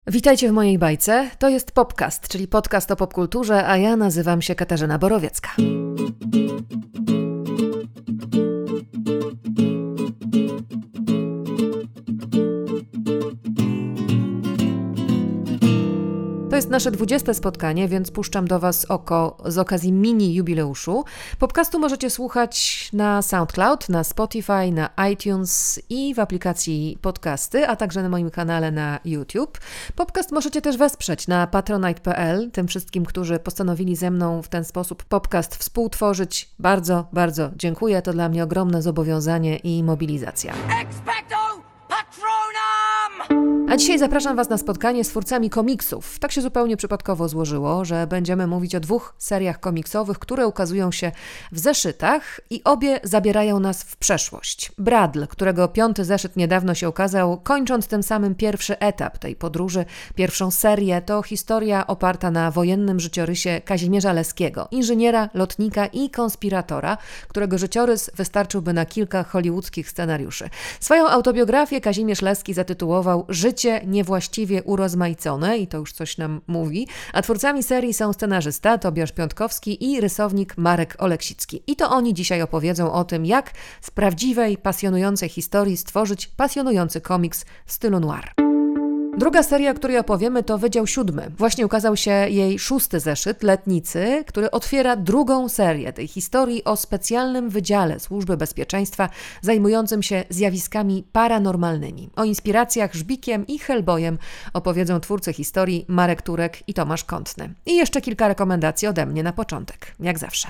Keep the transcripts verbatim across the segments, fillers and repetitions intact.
Witajcie w mojej bajce. To jest Popcast, czyli podcast o popkulturze, a ja nazywam się Katarzyna Borowiecka. To jest nasze dwudzieste spotkanie, więc puszczam do Was oko z okazji mini jubileuszu. Podcastu możecie słuchać na SoundCloud, na Spotify, na iTunes i w aplikacji podcasty, a także na moim kanale na YouTube. Podcast możecie też wesprzeć na patronite kropka p l. Tym wszystkim, którzy postanowili ze mną w ten sposób podcast współtworzyć. Bardzo, bardzo dziękuję. To dla mnie ogromne zobowiązanie i mobilizacja. Expecto Patronum! A dzisiaj zapraszam Was na spotkanie z twórcami komiksów. Tak się zupełnie przypadkowo złożyło, że będziemy mówić o dwóch seriach komiksowych, które ukazują się w zeszytach i obie zabierają nas w przeszłość. Bradl, którego piąty zeszyt niedawno się ukazał, kończąc tym samym pierwszy etap tej podróży, pierwszą serię, to historia oparta na wojennym życiorysie Kazimierza Leskiego, inżyniera, lotnika i konspiratora, którego życiorys wystarczyłby na kilka hollywoodzkich scenariuszy. Swoją autobiografię Kazimierz Leski zatytułował Życie niewłaściwie urozmaicone i to już coś nam mówi, a twórcami serii są scenarzysta Tobiasz Piątkowski i rysownik Marek Oleksicki. I to oni dzisiaj opowiedzą o tym, jak z prawdziwej, pasjonującej historii stworzyć pasjonujący komiks w stylu noir. Druga seria, o której opowiemy, to Wydział Siódmy. Właśnie ukazał się jej szósty zeszyt, Letnicy, który otwiera drugą serię tej historii o specjalnym wydziale Służby Bezpieczeństwa zajmującym się zjawiskami paranormalnymi. O inspiracjach Żbikiem i Hellboyem opowiedzą twórcy historii Marek Turek i Tomasz Kątny. I jeszcze kilka rekomendacji ode mnie na początek, jak zawsze.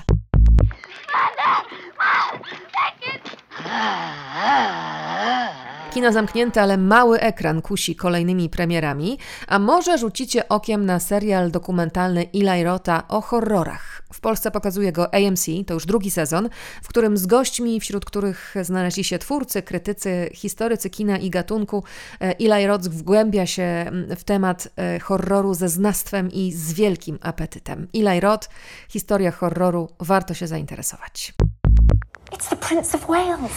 Kina zamknięte, ale mały ekran kusi kolejnymi premierami, a może rzucicie okiem na serial dokumentalny Eli Rotha o horrorach. W Polsce pokazuje go A M C, to już drugi sezon, w którym z gośćmi, wśród których znaleźli się twórcy, krytycy, historycy kina i gatunku, Eli Roth wgłębia się w temat horroru ze znawstwem i z wielkim apetytem. Eli Roth, historia horroru, warto się zainteresować. It's the Prince of Wales.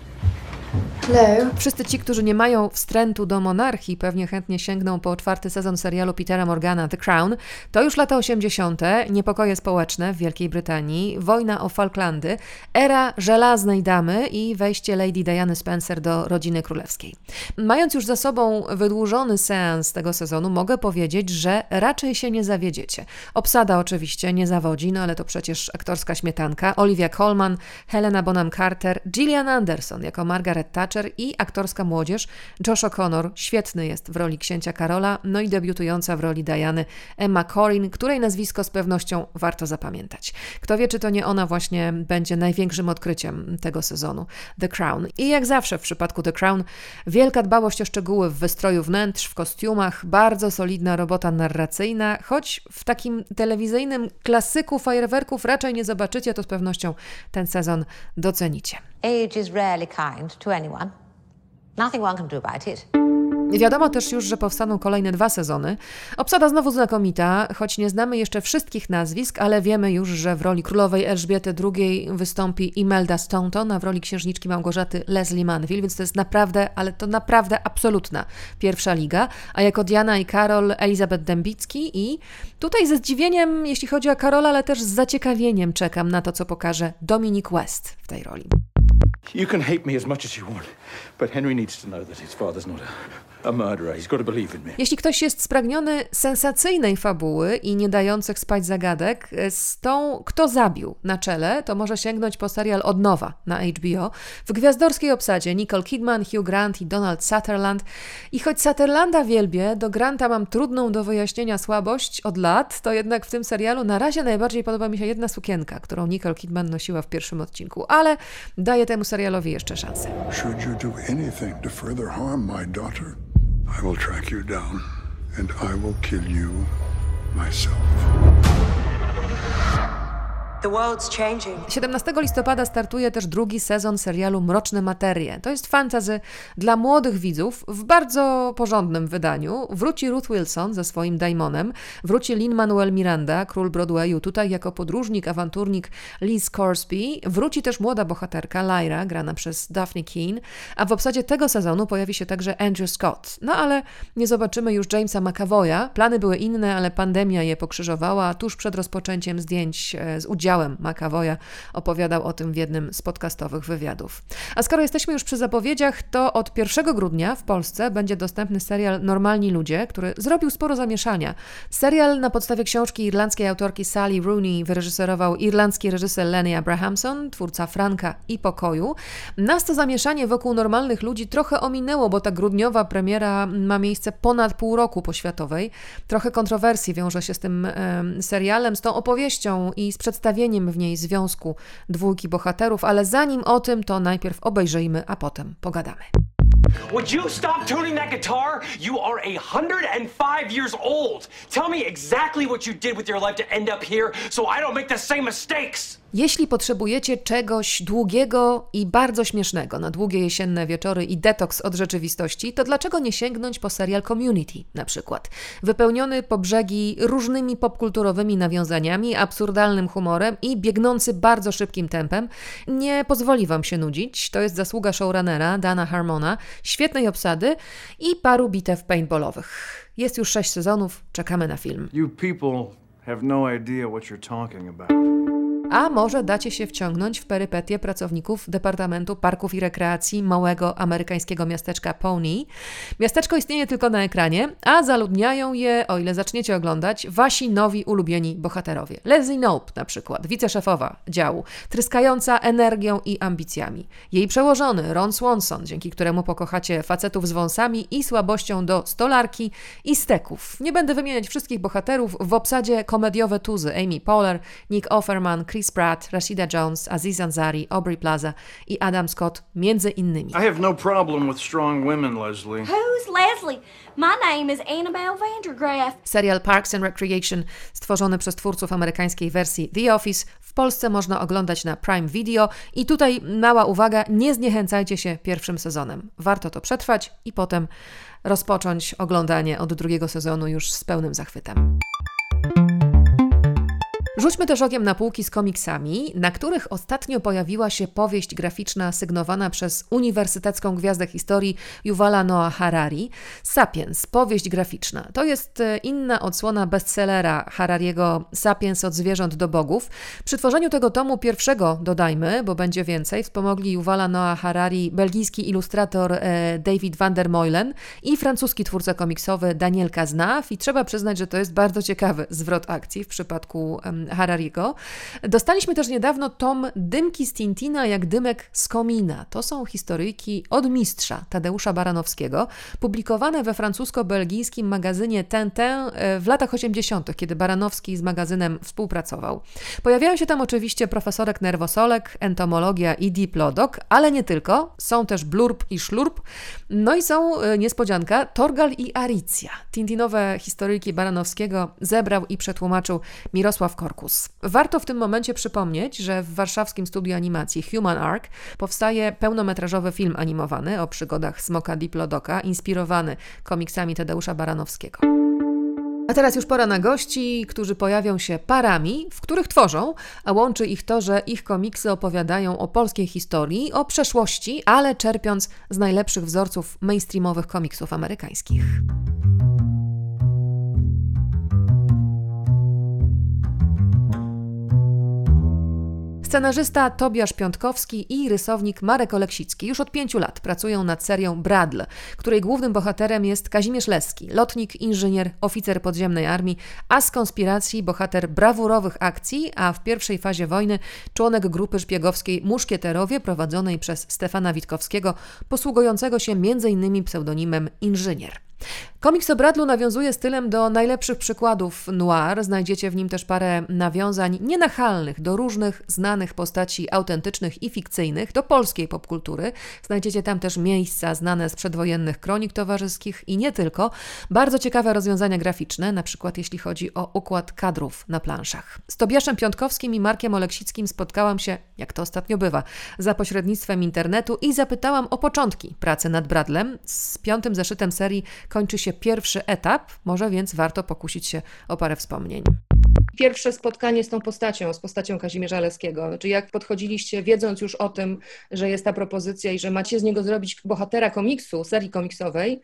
Hello. Wszyscy ci, którzy nie mają wstrętu do monarchii, pewnie chętnie sięgną po czwarty sezon serialu Petera Morgana The Crown. To już lata osiemdziesiąte, niepokoje społeczne w Wielkiej Brytanii, wojna o Falklandy, era żelaznej damy i wejście Lady Diany Spencer do rodziny królewskiej. Mając już za sobą wydłużony seans tego sezonu, mogę powiedzieć, że raczej się nie zawiedziecie. Obsada oczywiście nie zawodzi, no ale to przecież aktorska śmietanka. Olivia Colman, Helena Bonham Carter, Gillian Anderson jako Margaret Thatcher i aktorska młodzież. Josh O'Connor świetny jest w roli księcia Karola, no i debiutująca w roli Diany Emma Corrin, której nazwisko z pewnością warto zapamiętać. Kto wie, czy to nie ona właśnie będzie największym odkryciem tego sezonu The Crown. I jak zawsze w przypadku The Crown, wielka dbałość o szczegóły w wystroju wnętrz, w kostiumach, bardzo solidna robota narracyjna, choć w takim telewizyjnym klasyku fajerwerków raczej nie zobaczycie, to z pewnością ten sezon docenicie. Age is rarely kind to anyone. Nothing one can do about it. Wiadomo też już, że powstaną kolejne dwa sezony. Obsada znowu znakomita, choć nie znamy jeszcze wszystkich nazwisk, ale wiemy już, że w roli królowej Elżbiety drugiej wystąpi Imelda Staunton, a w roli księżniczki Małgorzaty Leslie Manville, więc to jest naprawdę, ale to naprawdę absolutna pierwsza liga. A jako Diana i Karol Elizabeth Dębicki i tutaj ze zdziwieniem, jeśli chodzi o Karola, ale też z zaciekawieniem czekam na to, co pokaże Dominic West w tej roli. You can hate me as much as you want, but Henry needs to know that his father's not a, a murderer. He's got to believe in me. Jeśli ktoś jest spragniony sensacyjnej fabuły i nie dających spać zagadek, z tą Kto zabił na czele, to może sięgnąć po serial od nowa na H B O. W gwiazdorskiej obsadzie Nicole Kidman, Hugh Grant i Donald Sutherland. I choć Sutherlanda wielbię, do Granta mam trudną do wyjaśnienia słabość od lat, to jednak w tym serialu na razie najbardziej podoba mi się jedna sukienka, którą Nicole Kidman nosiła w pierwszym odcinku, ale daję temu serialowi jeszcze szansę. Should you do anything to further harm my daughter, I will track you down and I will kill you myself. The world's changing. siedemnastego listopada startuje też drugi sezon serialu Mroczne Materie. To jest fantasy dla młodych widzów w bardzo porządnym wydaniu. Wróci Ruth Wilson ze swoim Daimonem, wróci Lin-Manuel Miranda, król Broadwayu, tutaj jako podróżnik, awanturnik Lee Scoresby, wróci też młoda bohaterka Lyra, grana przez Daphne Keane, a w obsadzie tego sezonu pojawi się także Andrew Scott. No ale nie zobaczymy już Jamesa McAvoya. Plany były inne, ale pandemia je pokrzyżowała. Tuż przed rozpoczęciem zdjęć z udziałem McAvoya opowiadał o tym w jednym z podcastowych wywiadów. A skoro jesteśmy już przy zapowiedziach, to od pierwszego grudnia w Polsce będzie dostępny serial Normalni Ludzie, który zrobił sporo zamieszania. Serial na podstawie książki irlandzkiej autorki Sally Rooney wyreżyserował irlandzki reżyser Lenny Abrahamson, twórca Franka i Pokoju. Nas to zamieszanie wokół Normalnych Ludzi trochę ominęło, bo ta grudniowa premiera ma miejsce ponad pół roku po światowej. Trochę kontrowersji wiąże się z tym e, serialem, z tą opowieścią i z przedstawieniem w niej związku dwójki bohaterów, ale zanim o tym, to najpierw obejrzyjmy, a potem pogadamy. Would you stop tuning that guitar? You are one hundred five years old. Tell me exactly what you did with your life to end up here so I don't make the same mistakes. Jeśli potrzebujecie czegoś długiego i bardzo śmiesznego na długie jesienne wieczory i detoks od rzeczywistości, to dlaczego nie sięgnąć po serial Community na przykład? Wypełniony po brzegi różnymi popkulturowymi nawiązaniami, absurdalnym humorem i biegnący bardzo szybkim tempem, nie pozwoli wam się nudzić. To jest zasługa showrunnera Dana Harmona, świetnej obsady i paru bitew paintballowych. Jest już sześć sezonów, czekamy na film. You people have no idea what you're talking about. A może dacie się wciągnąć w perypetie pracowników Departamentu Parków i Rekreacji małego amerykańskiego miasteczka Pawnee. Miasteczko istnieje tylko na ekranie, a zaludniają je, o ile zaczniecie oglądać, wasi nowi ulubieni bohaterowie. Leslie Knope na przykład, wiceszefowa działu, tryskająca energią i ambicjami. Jej przełożony Ron Swanson, dzięki któremu pokochacie facetów z wąsami i słabością do stolarki i steków. Nie będę wymieniać wszystkich bohaterów, w obsadzie komediowe tuzy Amy Poehler, Nick Offerman, Chris Pratt, Rashida Jones, Aziz Ansari, Aubrey Plaza i Adam Scott między innymi. I have no problem with strong women, Leslie. Who's Leslie? My name is Annabelle Vandergraff. Serial Parks and Recreation, stworzony przez twórców amerykańskiej wersji The Office, w Polsce można oglądać na Prime Video i tutaj mała uwaga, nie zniechęcajcie się pierwszym sezonem. Warto to przetrwać i potem rozpocząć oglądanie od drugiego sezonu już z pełnym zachwytem. Rzućmy też okiem na półki z komiksami, na których ostatnio pojawiła się powieść graficzna sygnowana przez uniwersytecką gwiazdę historii Yuvala Noah Harari. Sapiens, powieść graficzna. To jest inna odsłona bestsellera Harariego Sapiens od zwierząt do bogów. Przy tworzeniu tego tomu pierwszego, dodajmy, bo będzie więcej, wspomogli Yuvala Noah Harari belgijski ilustrator e, David van der Meulen i francuski twórca komiksowy Daniel Cazenave i trzeba przyznać, że to jest bardzo ciekawy zwrot akcji w przypadku e, Harariego. Dostaliśmy też niedawno tom Dymki z Tintina jak dymek z komina. To są historyjki od mistrza Tadeusza Baranowskiego, publikowane we francusko-belgijskim magazynie Tintin w latach osiemdziesiątych, kiedy Baranowski z magazynem współpracował. Pojawiają się tam oczywiście profesorek nerwosolek, entomologia i diplodok, ale nie tylko. Są też blurb i szlurb. No i są, niespodzianka, Torgal i Aricja. Tintinowe historyjki Baranowskiego zebrał i przetłumaczył Mirosław Korkus. Warto w tym momencie przypomnieć, że w warszawskim studiu animacji Human Arc powstaje pełnometrażowy film animowany o przygodach smoka Diplodoka, inspirowany komiksami Tadeusza Baranowskiego. A teraz już pora na gości, którzy pojawią się parami, w których tworzą, a łączy ich to, że ich komiksy opowiadają o polskiej historii, o przeszłości, ale czerpiąc z najlepszych wzorców mainstreamowych komiksów amerykańskich. Scenarzysta Tobiasz Piątkowski i rysownik Marek Oleksicki już od pięciu lat pracują nad serią Bradl, której głównym bohaterem jest Kazimierz Leski, lotnik, inżynier, oficer podziemnej armii, a z konspiracji bohater brawurowych akcji, a w pierwszej fazie wojny członek grupy szpiegowskiej Muszkieterowie prowadzonej przez Stefana Witkowskiego, posługującego się między innymi pseudonimem Inżynier. Komiks o Bradlu nawiązuje stylem do najlepszych przykładów noir. Znajdziecie w nim też parę nawiązań nienachalnych do różnych znanych postaci autentycznych i fikcyjnych, do polskiej popkultury. Znajdziecie tam też miejsca znane z przedwojennych kronik towarzyskich i nie tylko. Bardzo ciekawe rozwiązania graficzne, na przykład jeśli chodzi o układ kadrów na planszach. Z Tobiaszem Piątkowskim i Markiem Oleksickim spotkałam się, jak to ostatnio bywa, za pośrednictwem internetu i zapytałam o początki pracy nad Bradlem. Z piątym zeszytem serii kończy się pierwszy etap, może więc warto pokusić się o parę wspomnień. Pierwsze spotkanie z tą postacią, z postacią Kazimierza Leskiego. Znaczy jak podchodziliście, wiedząc już o tym, że jest ta propozycja i że macie z niego zrobić bohatera komiksu, serii komiksowej,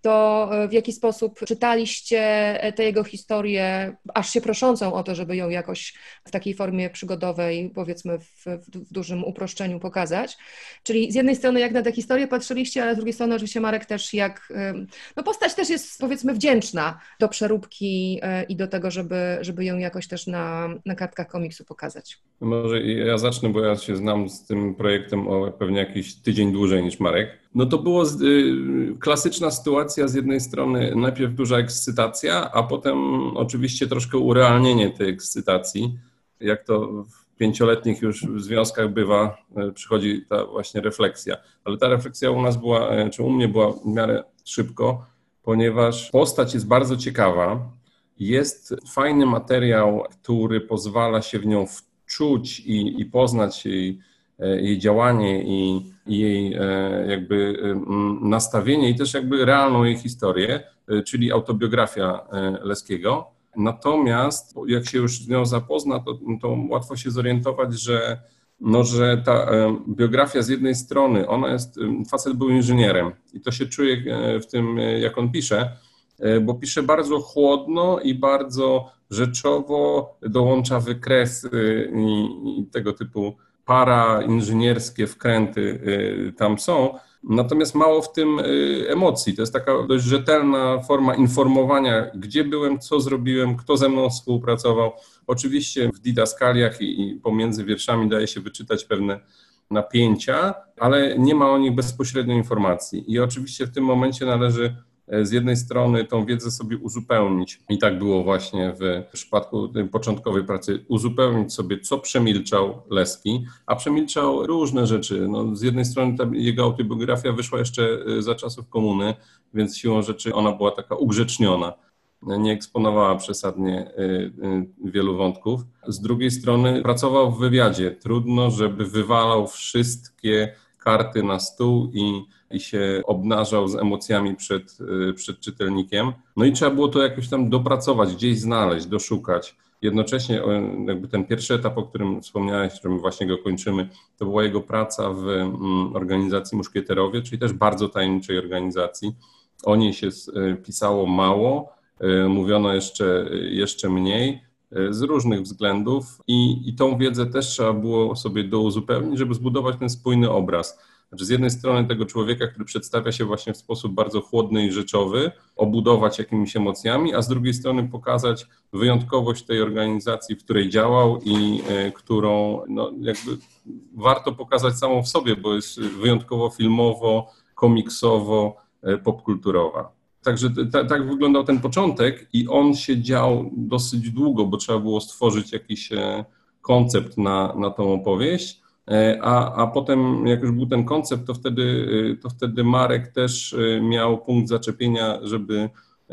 to w jaki sposób czytaliście tę jego historię, aż się proszącą o to, żeby ją jakoś w takiej formie przygodowej, powiedzmy w, w dużym uproszczeniu pokazać. Czyli z jednej strony jak na tę historię patrzyliście, ale z drugiej strony oczywiście Marek też jak, no postać też jest powiedzmy wdzięczna do przeróbki i do tego, żeby, żeby ją jakoś też na, na kartkach komiksu pokazać. Może ja zacznę, bo ja się znam z tym projektem o pewnie jakiś tydzień dłużej niż Marek. No to było z, y, klasyczna sytuacja, z jednej strony najpierw duża ekscytacja, a potem oczywiście troszkę urealnienie tej ekscytacji. Jak to w pięcioletnich już związkach bywa, y, przychodzi ta właśnie refleksja. Ale ta refleksja u nas była, y, czy u mnie była w miarę szybko, ponieważ postać jest bardzo ciekawa. Jest fajny materiał, który pozwala się w nią wczuć i, i poznać jej, jej działanie i, i jej jakby nastawienie i też jakby realną jej historię, czyli autobiografia Leskiego. Natomiast jak się już z nią zapozna, to, to łatwo się zorientować, że, no, że ta biografia z jednej strony, ona jest, facet był inżynierem i to się czuje w tym, jak on pisze, bo pisze bardzo chłodno i bardzo rzeczowo, dołącza wykresy i, i tego typu parainżynierskie wkręty tam są, natomiast mało w tym emocji. To jest taka dość rzetelna forma informowania, gdzie byłem, co zrobiłem, kto ze mną współpracował. Oczywiście w didaskaliach i, i pomiędzy wierszami daje się wyczytać pewne napięcia, ale nie ma o nich bezpośrednio informacji. I oczywiście w tym momencie należy z jednej strony tą wiedzę sobie uzupełnić i tak było właśnie w przypadku tej początkowej pracy, uzupełnić sobie, co przemilczał Leski, a przemilczał różne rzeczy. No, z jednej strony ta jego autobiografia wyszła jeszcze za czasów komuny, więc siłą rzeczy ona była taka ugrzeczniona, nie eksponowała przesadnie wielu wątków. Z drugiej strony pracował w wywiadzie. Trudno, żeby wywalał wszystkie karty na stół i, i się obnażał z emocjami przed, przed czytelnikiem. No i trzeba było to jakoś tam dopracować, gdzieś znaleźć, doszukać. Jednocześnie jakby ten pierwszy etap, o którym wspomniałeś, którym właśnie go kończymy, to była jego praca w organizacji Muszkieterowie, czyli też bardzo tajemniczej organizacji. O niej się pisało mało, mówiono jeszcze, jeszcze mniej, z różnych względów i, i tą wiedzę też trzeba było sobie douzupełnić, żeby zbudować ten spójny obraz. Znaczy z jednej strony tego człowieka, który przedstawia się właśnie w sposób bardzo chłodny i rzeczowy, obudować jakimiś emocjami, a z drugiej strony pokazać wyjątkowość tej organizacji, w której działał i y, którą no, jakby warto pokazać samą w sobie, bo jest wyjątkowo filmowo, komiksowo, y, popkulturowa. Także t- tak wyglądał ten początek i on się dział dosyć długo, bo trzeba było stworzyć jakiś koncept na, na tą opowieść, a, a potem jak już był ten koncept, to wtedy, to wtedy Marek też miał punkt zaczepienia, żeby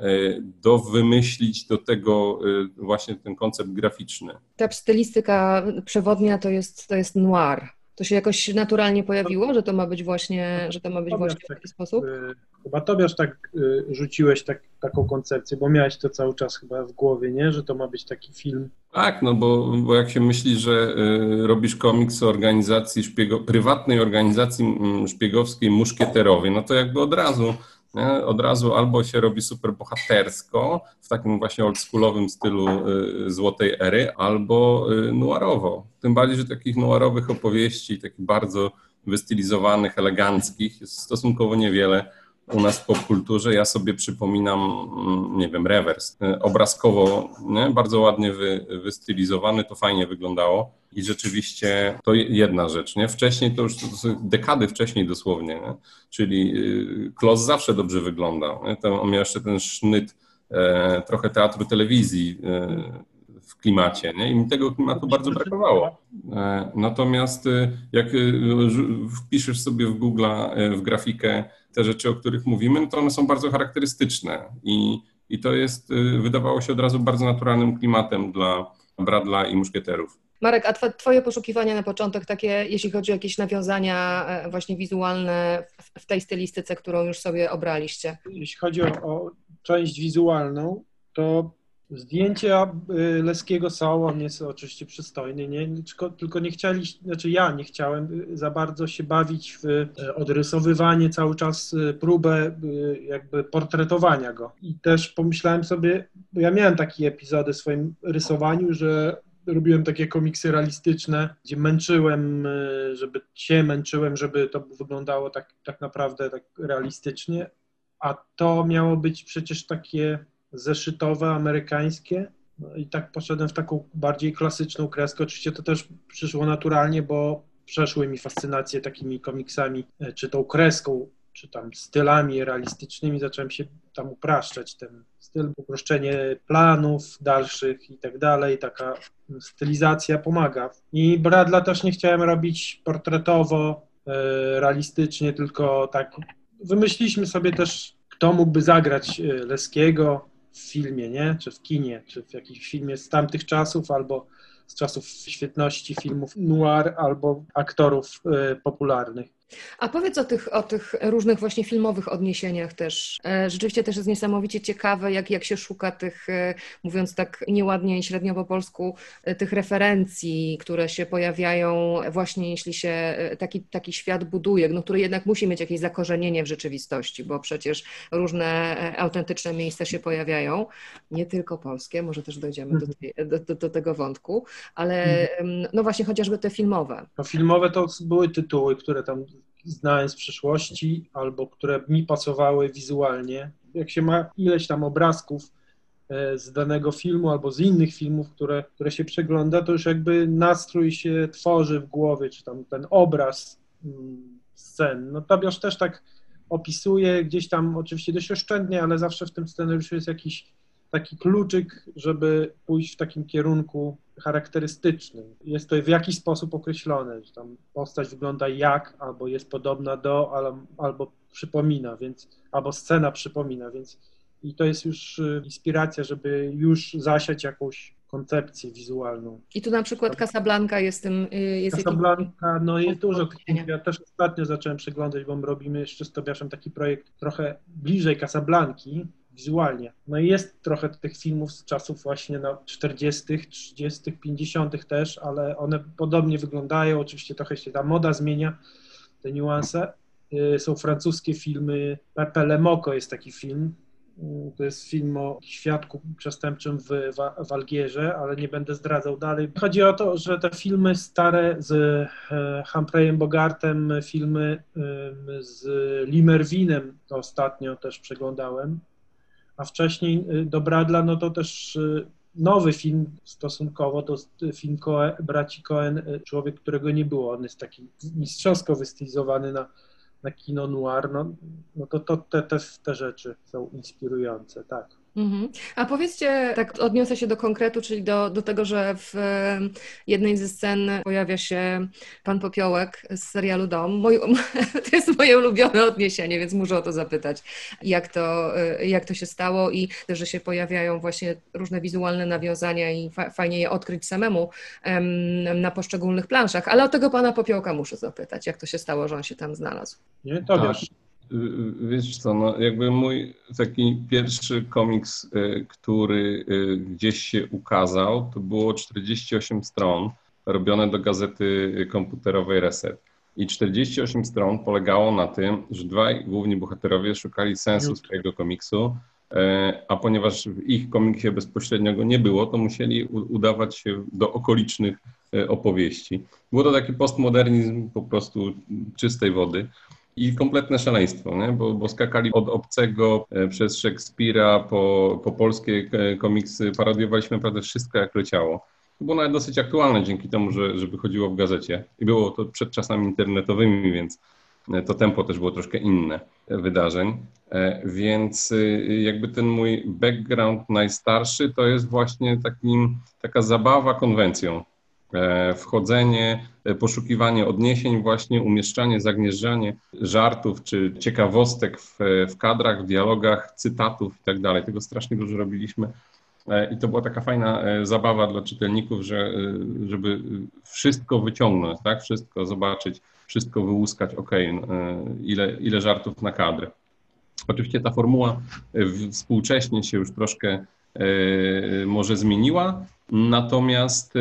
dowymyślić do tego właśnie ten koncept graficzny. Ta stylistyka przewodnia to jest, to jest noir. To się jakoś naturalnie pojawiło, że to ma być właśnie, że to ma być Tobiasz właśnie w taki tak, sposób? Chyba Tobiasz tak y, rzuciłeś tak, taką koncepcję, bo miałeś to cały czas chyba w głowie, nie? Że to ma być taki film. Tak, no bo, bo jak się myśli, że y, robisz komiks o organizacji szpiego, prywatnej organizacji szpiegowskiej Muszkieterowej, no to jakby od razu Nie? Od razu albo się robi superbohatersko, w takim właśnie oldschoolowym stylu y, złotej ery, albo y, noirowo. Tym bardziej, że takich noirowych opowieści, takich bardzo wystylizowanych, eleganckich jest stosunkowo niewiele. u nas w popkulturze. Ja sobie przypominam, nie wiem, rewers. Obrazkowo, nie? Bardzo ładnie wy, wystylizowany, to fajnie wyglądało. I rzeczywiście to jedna rzecz, nie? Wcześniej to już to dekady wcześniej dosłownie, nie? Czyli Kloss zawsze dobrze wyglądał. Nie? To on miał jeszcze ten sznyt e, trochę teatru, telewizji e, w klimacie, nie? I mi tego klimatu bardzo brakowało. E, natomiast e, jak e, wpiszesz sobie w Google'a, e, w grafikę te rzeczy, o których mówimy, to one są bardzo charakterystyczne i, i to jest, e, wydawało się od razu bardzo naturalnym klimatem dla Bradla i muszkieterów. Marek, a twoje poszukiwania na początek takie, jeśli chodzi o jakieś nawiązania właśnie wizualne w tej stylistyce, którą już sobie obraliście? Jeśli chodzi o, o część wizualną, to zdjęcia Leskiego są, on jest oczywiście przystojny, nie? Tylko nie chcieli, znaczy ja nie chciałem za bardzo się bawić w odrysowywanie, cały czas próbę jakby portretowania go. I też pomyślałem sobie, bo ja miałem takie epizody w swoim rysowaniu, że robiłem takie komiksy realistyczne, gdzie męczyłem, żeby się męczyłem, żeby to wyglądało tak, tak naprawdę tak realistycznie, a to miało być przecież takie zeszytowe, amerykańskie. No i tak poszedłem w taką bardziej klasyczną kreskę. Oczywiście to też przyszło naturalnie, bo przeszły mi fascynacje takimi komiksami, czy tą kreską, czy tam stylami realistycznymi. Zacząłem się tam upraszczać ten styl, uproszczenie planów dalszych i tak dalej. Taka stylizacja pomaga. I Bradla też nie chciałem robić portretowo, realistycznie, tylko tak. Wymyśliliśmy sobie też, kto mógłby zagrać Leskiego w filmie, nie? Czy w kinie, czy w jakimś filmie z tamtych czasów, albo z czasów świetności filmów noir, albo aktorów y, popularnych. A powiedz o tych, o tych różnych właśnie filmowych odniesieniach też. Rzeczywiście też jest niesamowicie ciekawe, jak, jak się szuka tych, mówiąc tak nieładnie i średnio po polsku, tych referencji, które się pojawiają właśnie jeśli się taki, taki świat buduje, no, który jednak musi mieć jakieś zakorzenienie w rzeczywistości, bo przecież różne autentyczne miejsca się pojawiają, nie tylko polskie, może też dojdziemy do, tej, do, do, do tego wątku, ale no właśnie chociażby te filmowe. No, filmowe to były tytuły, które tam znałem z przeszłości, albo które mi pasowały wizualnie. Jak się ma ileś tam obrazków z danego filmu, albo z innych filmów, które, które się przegląda, to już jakby nastrój się tworzy w głowie, czy tam ten obraz scen. No Tobiasz też tak opisuje, gdzieś tam oczywiście dość oszczędnie, ale zawsze w tym scenariuszu jest jakiś taki kluczyk, żeby pójść w takim kierunku charakterystycznym. Jest to w jakiś sposób określone, że tam postać wygląda jak, albo jest podobna do, albo przypomina, więc, albo scena przypomina, więc i to jest już inspiracja, żeby już zasiać jakąś koncepcję wizualną. I tu na przykład Casablanca jest tym... Jest Casablanca, no jest dużo. Ja też ostatnio zacząłem przeglądać, bo robimy jeszcze z Tobiaszem taki projekt trochę bliżej Casablanki, wizualnie. No i jest trochę tych filmów z czasów właśnie na czterdziestych, trzydziestych, pięćdziesiątych też, ale one podobnie wyglądają. Oczywiście trochę się ta moda zmienia, te niuanse. Są francuskie filmy. Pepe Le Moko jest taki film. To jest film o świadku przestępczym w, w Algierze, ale nie będę zdradzał dalej. Chodzi o to, że te filmy stare z Humphreyem Bogartem, filmy z Lee Mervinem, to ostatnio też przeglądałem, a wcześniej do Bradla, no to też nowy film stosunkowo, to film Coen, braci Coen, Człowiek, którego nie było. On jest taki mistrzowsko wystylizowany na, na kino noir, no, no to, to te, te, te rzeczy są inspirujące, tak. Mhm. A powiedzcie, tak odniosę się do konkretu, czyli do, do tego, że w jednej ze scen pojawia się pan Popiołek z serialu Dom. Mój, to jest moje ulubione odniesienie, więc muszę o to zapytać, jak to, jak to się stało i też, że się pojawiają właśnie różne wizualne nawiązania i fa- fajnie je odkryć samemu um, na poszczególnych planszach, ale o tego pana Popiołka muszę zapytać, jak to się stało, że on się tam znalazł. Nie, to wiesz. Wiesz co, no jakby mój taki pierwszy komiks, który gdzieś się ukazał, to było czterdzieści osiem stron robione do gazety komputerowej Reset. I czterdzieści osiem stron polegało na tym, że dwaj główni bohaterowie szukali sensu swojego komiksu, a ponieważ w ich komiksie bezpośrednio go nie było, to musieli udawać się do okolicznych opowieści. Było to taki postmodernizm po prostu czystej wody. i kompletne szaleństwo, nie? Bo, bo skakali od Obcego przez Szekspira po, po polskie komiksy, parodiowaliśmy naprawdę wszystko jak leciało. To było nawet dosyć aktualne dzięki temu, że, że wychodziło w gazecie i było to przed czasami internetowymi, więc to tempo też było troszkę inne wydarzeń, więc jakby ten mój background najstarszy to jest właśnie takim, taka zabawa konwencją. Wchodzenie, poszukiwanie odniesień właśnie, umieszczanie, zagnieżdżanie żartów czy ciekawostek w, w kadrach, w dialogach, cytatów i tak dalej. Tego strasznie dużo robiliśmy i to była taka fajna zabawa dla czytelników, że, żeby wszystko wyciągnąć, tak? Wszystko zobaczyć, wszystko wyłuskać, ok, ile, ile żartów na kadr. Oczywiście ta formuła współcześnie się już troszkę może zmieniła, natomiast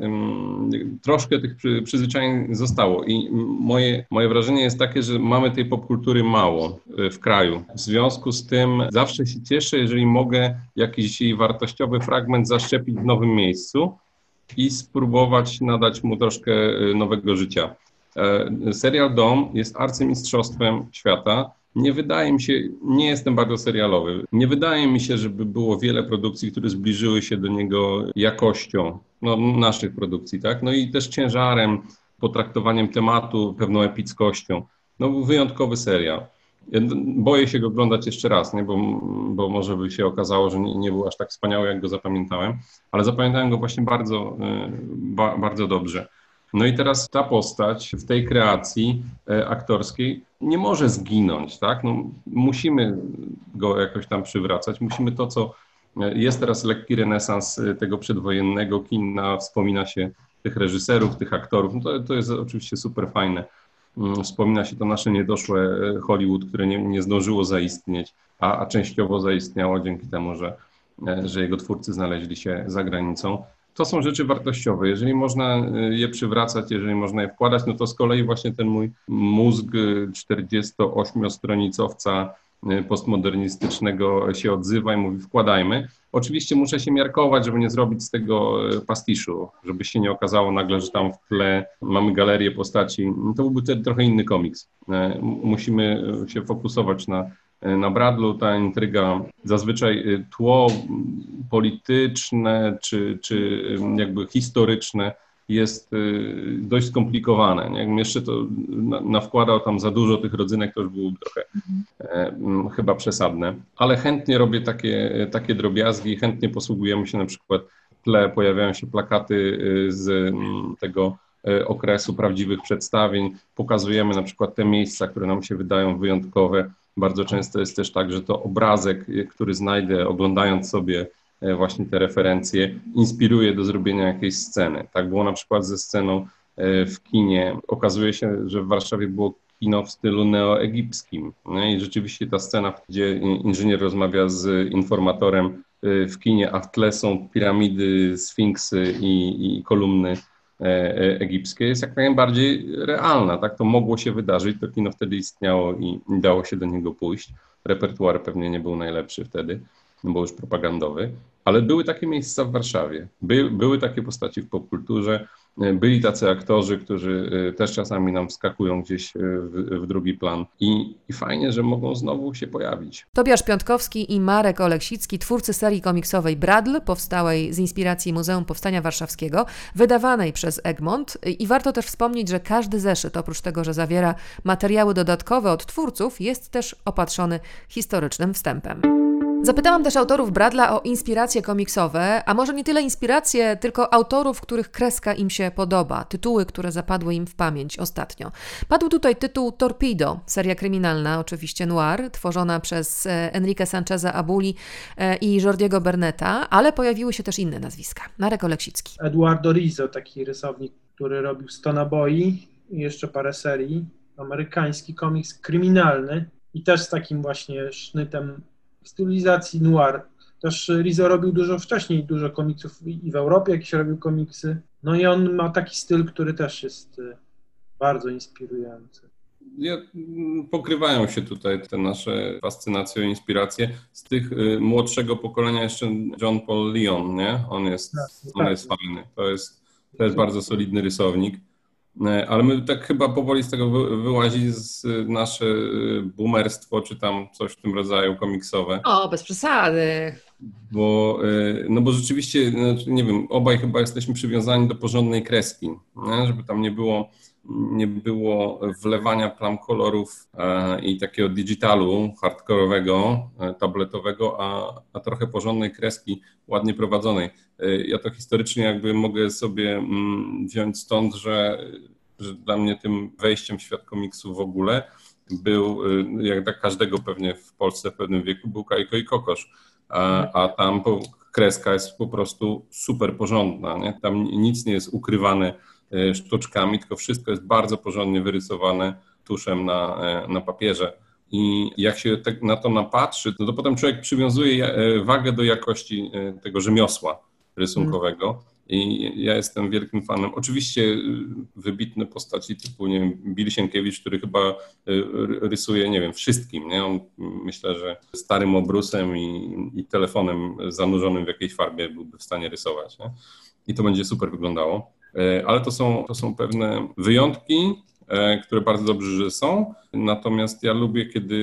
troszkę tych przyzwyczajeń zostało i moje, moje wrażenie jest takie, że mamy tej popkultury mało w kraju. W związku z tym zawsze się cieszę, jeżeli mogę jakiś wartościowy fragment zaszczepić w nowym miejscu i spróbować nadać mu troszkę nowego życia. Serial Dom jest arcymistrzostwem świata. Nie wydaje mi się, nie jestem bardzo serialowy, nie wydaje mi się, żeby było wiele produkcji, które zbliżyły się do niego jakością, no, naszych produkcji, tak? No i też ciężarem, potraktowaniem tematu, pewną epickością. No był wyjątkowy serial. Boję się go oglądać jeszcze raz, nie? Bo, bo może by się okazało, że nie, nie był aż tak wspaniały, jak go zapamiętałem, ale zapamiętałem go właśnie bardzo, ba, bardzo dobrze. No i teraz ta postać w tej kreacji e, aktorskiej nie może zginąć, tak? No, musimy go jakoś tam przywracać, musimy to, co jest teraz lekki renesans tego przedwojennego kina, wspomina się tych reżyserów, tych aktorów, no to, to jest oczywiście super fajne. Wspomina się to nasze niedoszłe Hollywood, które nie, nie zdążyło zaistnieć, a, a częściowo zaistniało dzięki temu, że, że jego twórcy znaleźli się za granicą. To są rzeczy wartościowe. Jeżeli można je przywracać, jeżeli można je wkładać, no to z kolei właśnie ten mój mózg czterdziestoośmiostronicowca postmodernistycznego się odzywa i mówi wkładajmy. Oczywiście muszę się miarkować, żeby nie zrobić z tego pastiszu, żeby się nie okazało nagle, że tam w tle mamy galerię postaci. To byłby wtedy trochę inny komiks. Musimy się fokusować na Na Bradlu. Ta intryga, zazwyczaj tło polityczne czy, czy jakby historyczne jest dość skomplikowane. Jakbym jeszcze to nawkładał tam za dużo tych rodzynek, to już byłoby trochę e, chyba przesadne. Ale chętnie robię takie, takie drobiazgi, chętnie posługujemy się na przykład w tle, pojawiają się plakaty z tego okresu prawdziwych przedstawień, pokazujemy na przykład te miejsca, które nam się wydają wyjątkowe. Bardzo często jest też tak, że to obrazek, który znajdę oglądając sobie właśnie te referencje, inspiruje do zrobienia jakiejś sceny. Tak było na przykład ze sceną w kinie. Okazuje się, że w Warszawie było kino w stylu neoegipskim. I rzeczywiście ta scena, gdzie inżynier rozmawia z informatorem w kinie, a w tle są piramidy, sfinksy i, i kolumny egipskie, jest jak najbardziej realna, tak? To mogło się wydarzyć, to kino wtedy istniało i dało się do niego pójść. Repertuar pewnie nie był najlepszy wtedy, no bo już propagandowy, ale były takie miejsca w Warszawie, By, były takie postaci w popkulturze, byli tacy aktorzy, którzy też czasami nam wskakują gdzieś w, w drugi plan i, i fajnie, że mogą znowu się pojawić. Tobiasz Piątkowski i Marek Oleksicki, twórcy serii komiksowej Bradl, powstałej z inspiracji Muzeum Powstania Warszawskiego, wydawanej przez Egmont. I warto też wspomnieć, że każdy zeszyt, oprócz tego, że zawiera materiały dodatkowe od twórców, jest też opatrzony historycznym wstępem. Zapytałam też autorów Bradla o inspiracje komiksowe, a może nie tyle inspiracje, tylko autorów, których kreska im się podoba, tytuły, które zapadły im w pamięć ostatnio. Padł tutaj tytuł Torpedo, seria kryminalna, oczywiście noir, tworzona przez Enrique Sancheza Abuli i Jordiego Berneta, ale pojawiły się też inne nazwiska. Marek Oleksicki. Eduardo Rizzo, taki rysownik, który robił sto naboi i jeszcze parę serii. Amerykański komiks kryminalny i też z takim właśnie sznytem stylizacji noir. Też Rizzo robił dużo wcześniej, dużo komiksów i w Europie jakieś robił komiksy. No i on ma taki styl, który też jest bardzo inspirujący. Ja, pokrywają się tutaj te nasze fascynacje i inspiracje. Z tych y, młodszego pokolenia jeszcze John Paul Leon, nie? On jest, tak, on tak. jest fajny. To jest, to jest bardzo solidny rysownik. Ale my tak chyba powoli z tego wyłazi z nasze boomerstwo, czy tam coś w tym rodzaju komiksowe. O, bez przesady. Bo, no bo rzeczywiście, nie wiem, obaj chyba jesteśmy przywiązani do porządnej kreski, nie? Żeby tam nie było, nie było wlewania plam kolorów i takiego digitalu hardkorowego, tabletowego, a, a trochę porządnej kreski, ładnie prowadzonej. Ja to historycznie jakby mogę sobie wziąć stąd, że, że dla mnie tym wejściem w świat komiksu w ogóle był, jak dla każdego pewnie w Polsce w pewnym wieku, był Kajko i Kokosz. A, a tam po, kreska jest po prostu super porządna, nie? Tam nic nie jest ukrywane sztuczkami, tylko wszystko jest bardzo porządnie wyrysowane tuszem na, na papierze. I jak się tak na to napatrzy, to, to potem człowiek przywiązuje wagę do jakości tego rzemiosła rysunkowego. I ja jestem wielkim fanem. Oczywiście wybitne postaci typu, nie wiem, Bill Sienkiewicz, który chyba rysuje, nie wiem, wszystkim, nie? On, myślę, że starym obrusem i, i telefonem zanurzonym w jakiejś farbie byłby w stanie rysować, nie? I to będzie super wyglądało. Ale to są, to są pewne wyjątki, które bardzo dobrze, że są. Natomiast ja lubię, kiedy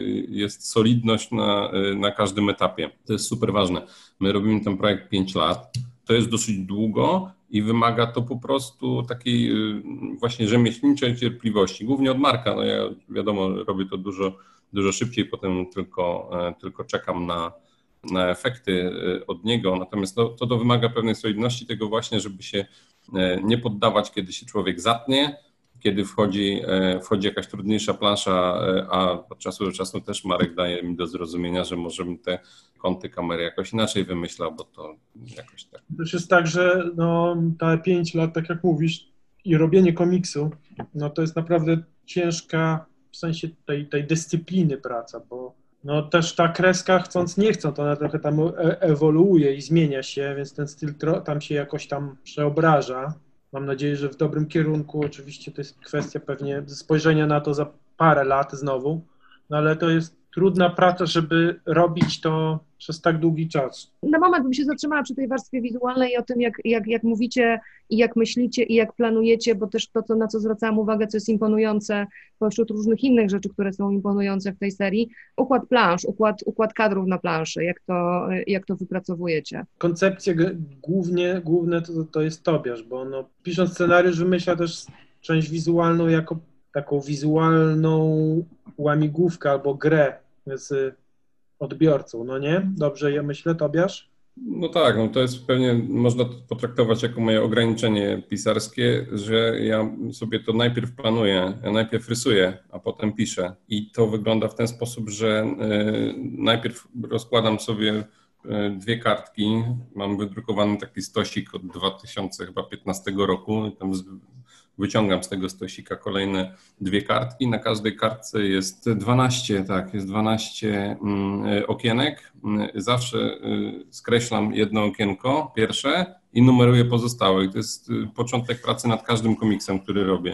jest solidność na, na każdym etapie. To jest super ważne. My robimy ten projekt pięć lat. To jest dosyć długo i wymaga to po prostu takiej właśnie rzemieślniczej cierpliwości, głównie od Marka. No ja wiadomo, robię to dużo, dużo szybciej, potem tylko, tylko czekam na, na efekty od niego. Natomiast to, to, to wymaga pewnej solidności tego właśnie, żeby się nie poddawać, kiedy się człowiek zatnie, kiedy wchodzi, wchodzi jakaś trudniejsza plansza, a od czasu do czasu też Marek daje mi do zrozumienia, że możemy te kąty kamery jakoś inaczej wymyślał, bo to jakoś tak. To jest tak, że no, te pięć lat, tak jak mówisz, i robienie komiksu, no to jest naprawdę ciężka w sensie tej, tej dyscypliny praca, bo no też ta kreska, chcąc nie chcąc, ona trochę tam ewoluuje i zmienia się, więc ten styl tam się jakoś tam przeobraża. Mam nadzieję, że w dobrym kierunku. Oczywiście to jest kwestia pewnie spojrzenia na to za parę lat znowu, no ale to jest trudna praca, żeby robić to przez tak długi czas. Na moment bym się zatrzymała przy tej warstwie wizualnej i o tym, jak, jak, jak mówicie i jak myślicie i jak planujecie, bo też to, to, na co zwracałam uwagę, co jest imponujące pośród różnych innych rzeczy, które są imponujące w tej serii, układ plansz, układ, układ kadrów na planszy, jak to, jak to wypracowujecie. Koncepcje głównie, główne to, to jest Tobiasz, bo no, pisząc scenariusz wymyśla też część wizualną jako taką wizualną łamigłówkę albo grę z odbiorcą, no nie? Dobrze ja myślę, Tobiasz? No tak, no to jest pewnie, można to potraktować jako moje ograniczenie pisarskie, że ja sobie to najpierw planuję, ja najpierw rysuję, a potem piszę. I to wygląda w ten sposób, że y, najpierw rozkładam sobie dwie kartki, mam wydrukowany taki stosik od dwa tysiące piętnastego roku i tam z, wyciągam z tego stosika kolejne dwie kartki. Na każdej kartce jest dwanaście, tak, jest dwanaście mm, okienek. Zawsze y, skreślam jedno okienko, pierwsze, i numeruję pozostałe. I to jest y, początek pracy nad każdym komiksem, który robię.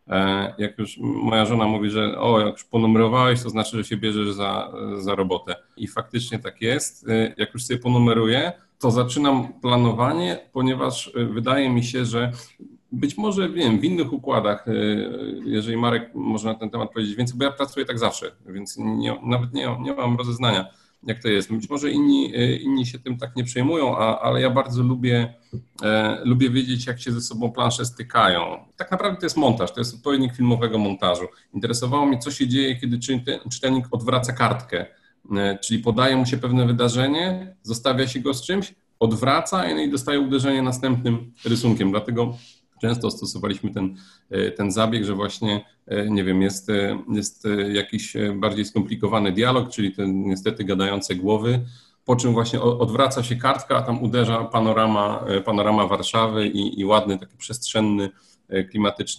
E, jak już moja żona mówi, że o, jak już ponumerowałeś, to znaczy, że się bierzesz za, za robotę. I faktycznie tak jest. Y, jak już sobie ponumeruję, to zaczynam planowanie, ponieważ y, wydaje mi się, że być może, wiem, w innych układach, jeżeli Marek może na ten temat powiedzieć więcej, bo ja pracuję tak zawsze, więc nie, nawet nie, nie mam rozeznania, jak to jest. Być może inni, inni się tym tak nie przejmują, a, ale ja bardzo lubię, e, lubię wiedzieć, jak się ze sobą plansze stykają. Tak naprawdę to jest montaż, to jest odpowiednik filmowego montażu. Interesowało mnie, co się dzieje, kiedy czytelnik odwraca kartkę, e, czyli podaje mu się pewne wydarzenie, zostawia się go z czymś, odwraca i dostaje uderzenie następnym rysunkiem. Dlatego często stosowaliśmy ten, ten zabieg, że właśnie, nie wiem, jest, jest jakiś bardziej skomplikowany dialog, czyli te niestety gadające głowy, po czym właśnie odwraca się kartka, a tam uderza panorama, panorama Warszawy i, i ładny, taki przestrzenny, klimatyczny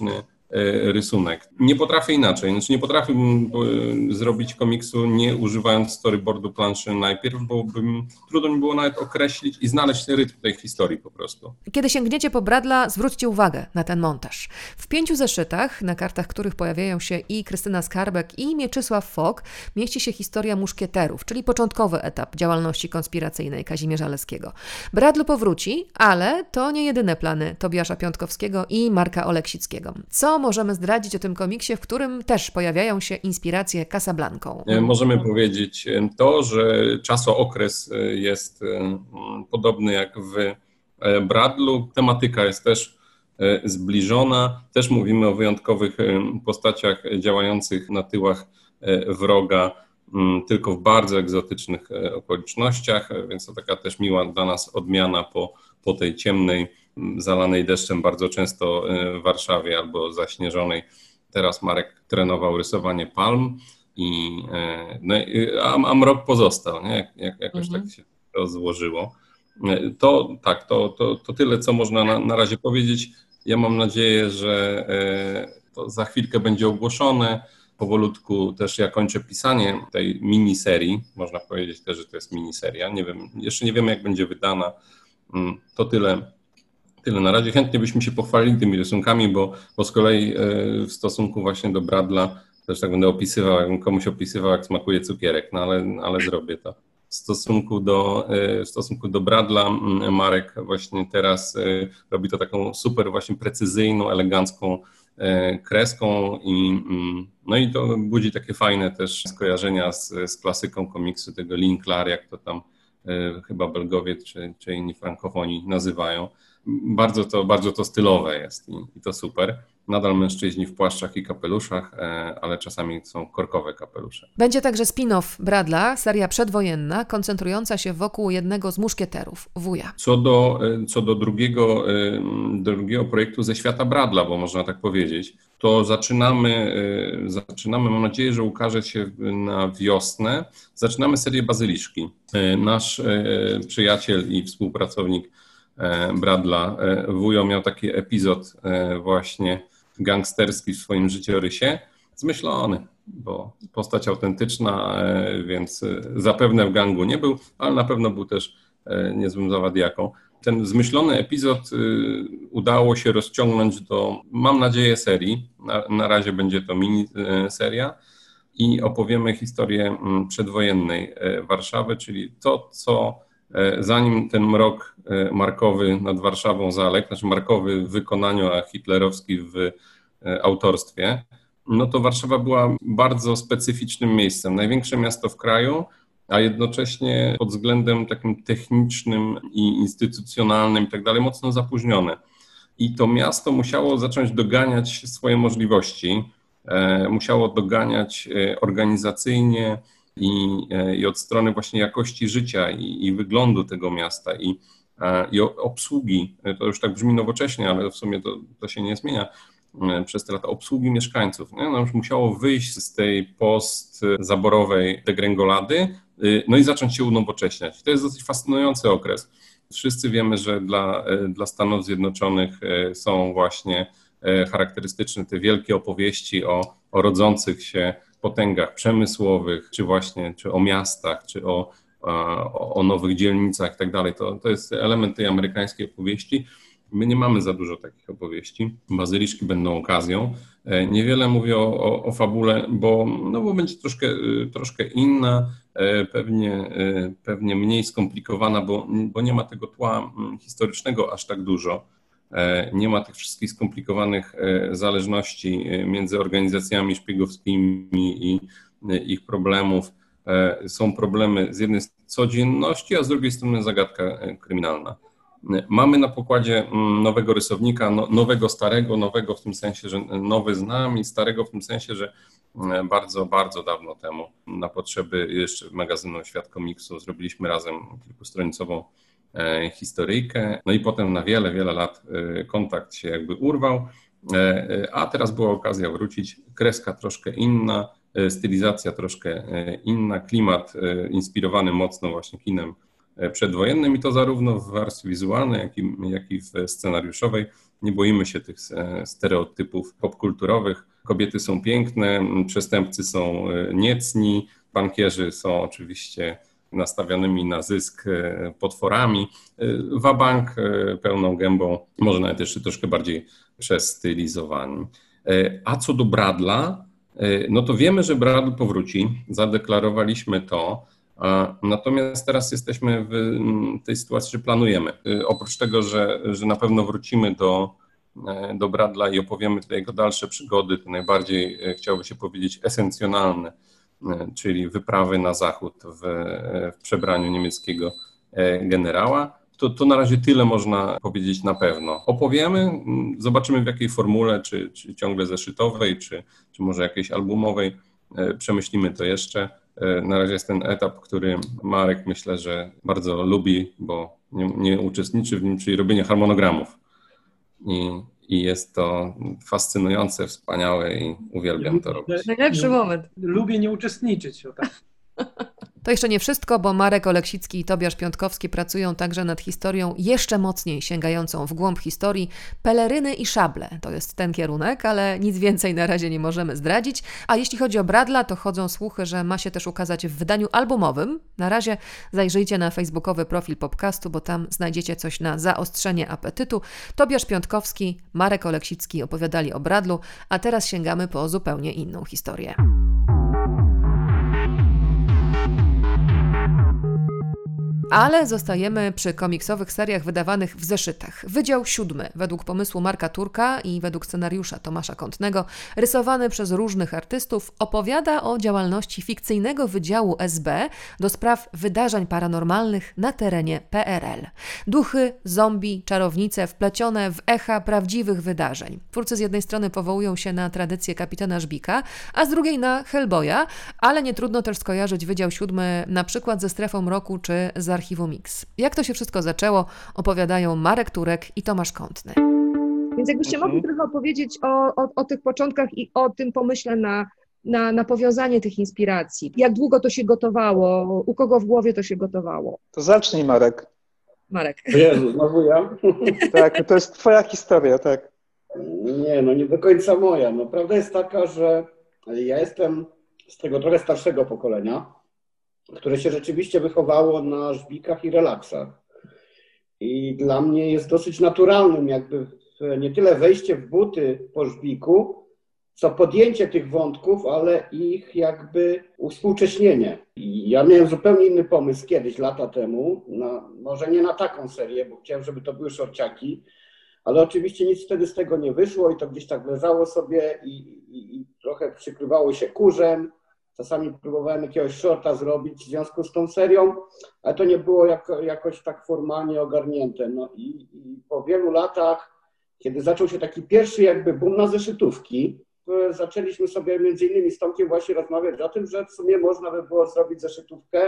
rysunek. Nie potrafię inaczej, znaczy nie potrafiłbym zrobić komiksu nie używając storyboardu planszy najpierw, bo bym, trudno mi było nawet określić i znaleźć rytm tej historii po prostu. Kiedy sięgniecie po Bradla, zwróćcie uwagę na ten montaż. W pięciu zeszytach, na kartach których pojawiają się i Krystyna Skarbek, i Mieczysław Fok, mieści się historia muszkieterów, czyli początkowy etap działalności konspiracyjnej Kazimierza Leskiego. Bradlu powróci, ale to nie jedyne plany Tobiasza Piątkowskiego i Marka Oleksickiego. Co możemy zdradzić o tym komiksie, w którym też pojawiają się inspiracje Casablanką? Możemy powiedzieć to, że czasookres jest podobny jak w Bradlu. Tematyka jest też zbliżona. Też mówimy o wyjątkowych postaciach działających na tyłach wroga, tylko w bardzo egzotycznych okolicznościach, więc to taka też miła dla nas odmiana po, po tej ciemnej, zalanej deszczem bardzo często w Warszawie albo zaśnieżonej. Teraz Marek trenował rysowanie palm, i, no, a, a mrok pozostał, nie? Jak, jak, jakoś mhm. tak się to złożyło. To tak, to, to, to tyle, co można na, na razie powiedzieć. Ja mam nadzieję, że to za chwilkę będzie ogłoszone. Powolutku też ja kończę pisanie tej miniserii. Można powiedzieć też, że to jest miniseria. Nie wiem, jeszcze nie wiemy, jak będzie wydana. To tyle, tyle na razie. Chętnie byśmy się pochwalili tymi rysunkami, bo, bo z kolei w stosunku właśnie do Bradla też tak będę opisywał, jakbym komuś opisywał, jak smakuje cukierek, no ale, ale zrobię to. W stosunku do, w stosunku do Bradla Marek właśnie teraz robi to taką super właśnie precyzyjną, elegancką kreską i, no i to budzi takie fajne też skojarzenia z, z klasyką komiksu tego Linklar, jak to tam chyba Belgowie czy, czy inni frankofoni nazywają. Bardzo to, bardzo to stylowe jest i, i to super. Nadal mężczyźni w płaszczach i kapeluszach, ale czasami są korkowe kapelusze. Będzie także spin-off Bradla, seria przedwojenna, koncentrująca się wokół jednego z muszkieterów, wuja. Co do, co do drugiego, drugiego projektu ze świata Bradla, bo można tak powiedzieć, to zaczynamy, zaczynamy, mam nadzieję, że ukaże się na wiosnę, zaczynamy serię Bazyliszki. Nasz przyjaciel i współpracownik Bradla, wujo, miał taki epizod właśnie gangsterski w swoim życiorysie, zmyślony, bo postać autentyczna, więc zapewne w gangu nie był, ale na pewno był też niezłym zawadiaką. Ten zmyślony epizod udało się rozciągnąć do, mam nadzieję, serii. Na, na razie będzie to mini seria i opowiemy historię przedwojennej Warszawy, czyli to, co zanim ten mrok markowy nad Warszawą zaległ, znaczy markowy w wykonaniu, a hitlerowski w autorstwie, no to Warszawa była bardzo specyficznym miejscem. Największe miasto w kraju, a jednocześnie pod względem takim technicznym i instytucjonalnym i tak dalej mocno zapóźnione. I to miasto musiało zacząć doganiać swoje możliwości, musiało doganiać organizacyjnie i, i od strony właśnie jakości życia i, i wyglądu tego miasta i, i obsługi, to już tak brzmi nowocześnie, ale w sumie to, to się nie zmienia przez te lata, obsługi mieszkańców. Nie? No już musiało wyjść z tej postzaborowej degrengolady, no i zacząć się unowocześniać. To jest dosyć fascynujący okres. Wszyscy wiemy, że dla, dla Stanów Zjednoczonych są właśnie charakterystyczne te wielkie opowieści o, o rodzących się potęgach przemysłowych, czy właśnie czy o miastach, czy o, o, o nowych dzielnicach i tak dalej. To, to jest element tej amerykańskiej opowieści. My nie mamy za dużo takich opowieści. Bazyliszki będą okazją. Niewiele mówię o, o, o fabule, bo, no bo będzie troszkę, troszkę inna, pewnie, pewnie mniej skomplikowana, bo, bo nie ma tego tła historycznego aż tak dużo. Nie ma tych wszystkich skomplikowanych zależności między organizacjami szpiegowskimi i ich problemów. Są problemy z jednej strony codzienności, a z drugiej strony zagadka kryminalna. Mamy na pokładzie nowego rysownika, nowego, starego, nowego w tym sensie, że nowy z nami, starego w tym sensie, że bardzo, bardzo dawno temu na potrzeby jeszcze magazynu Świat Komiksu zrobiliśmy razem kilkustronicową historyjkę, no i potem na wiele, wiele lat kontakt się jakby urwał, a teraz była okazja wrócić, kreska troszkę inna, stylizacja troszkę inna, klimat inspirowany mocno właśnie kinem przedwojennym i to zarówno w warstwie wizualnej, jak i, jak i w scenariuszowej. Nie boimy się tych stereotypów popkulturowych. Kobiety są piękne, przestępcy są niecni, bankierzy są oczywiście nastawionymi na zysk potworami. Wabank pełną gębą, może nawet jeszcze troszkę bardziej przestylizowani. A co do Bradla, no to wiemy, że Bradl powróci, zadeklarowaliśmy to, natomiast teraz jesteśmy w tej sytuacji, że planujemy. Oprócz tego, że, że na pewno wrócimy do, do Bradla i opowiemy tutaj jego dalsze przygody, to najbardziej chciałoby się powiedzieć esencjonalne, czyli wyprawy na zachód w, w przebraniu niemieckiego generała. To, to na razie tyle można powiedzieć na pewno. Opowiemy, zobaczymy w jakiej formule, czy, czy ciągle zeszytowej, czy, czy może jakiejś albumowej. Przemyślimy to jeszcze. Na razie jest ten etap, który Marek myślę, że bardzo lubi, bo nie, nie uczestniczy w nim, czyli robienie harmonogramów. I, I jest to fascynujące, wspaniałe i uwielbiam to robić. Najlepszy moment. Lubię nie uczestniczyć. O tak. To jeszcze nie wszystko, bo Marek Oleksicki i Tobiasz Piątkowski pracują także nad historią jeszcze mocniej sięgającą w głąb historii. Peleryny i szable to jest ten kierunek, ale nic więcej na razie nie możemy zdradzić. A jeśli chodzi o Bradla, to chodzą słuchy, że ma się też ukazać w wydaniu albumowym. Na razie zajrzyjcie na facebookowy profil Popcastu, bo tam znajdziecie coś na zaostrzenie apetytu. Tobiasz Piątkowski, Marek Oleksicki opowiadali o Bradlu, a teraz sięgamy po zupełnie inną historię. Ale zostajemy przy komiksowych seriach wydawanych w zeszytach. Wydział siódmy, według pomysłu Marka Turka i według scenariusza Tomasza Kątnego, rysowany przez różnych artystów, opowiada o działalności fikcyjnego Wydziału S B do spraw wydarzeń paranormalnych na terenie P R L. Duchy, zombie, czarownice wplecione w echa prawdziwych wydarzeń. Twórcy z jednej strony powołują się na tradycję Kapitana Żbika, a z drugiej na Hellboya, ale nie trudno też skojarzyć Wydział siódmy na przykład ze Strefą Mroku czy z Archiwum Mix. Jak to się wszystko zaczęło, opowiadają Marek Turek i Tomasz Kątny. Więc jakbyście mhm. mogli trochę opowiedzieć o, o, o tych początkach i o tym pomyśle na, na, na powiązanie tych inspiracji. Jak długo to się gotowało? U kogo w głowie to się gotowało? To zacznij, Marek. Marek. Jezu, znowu ja? Tak, to jest twoja historia, tak. Nie, no nie do końca moja. No, prawda jest taka, że ja jestem z tego trochę starszego pokolenia, które się rzeczywiście wychowało na żbikach i relaksach. I dla mnie jest dosyć naturalnym jakby nie tyle wejście w buty po żbiku, co podjęcie tych wątków, ale ich jakby uwspółcześnienie. I ja miałem zupełnie inny pomysł kiedyś, lata temu, na, może nie na taką serię, bo chciałem, żeby to były szorciaki, ale oczywiście nic wtedy z tego nie wyszło i to gdzieś tak leżało sobie i, i, i trochę przykrywało się kurzem. Czasami próbowałem jakiegoś shorta zrobić w związku z tą serią, ale to nie było jako, jakoś tak formalnie ogarnięte. No i, i po wielu latach, kiedy zaczął się taki pierwszy jakby boom na zeszytówki, to zaczęliśmy sobie między innymi z Tomkiem właśnie rozmawiać o tym, że w sumie można by było zrobić zeszytówkę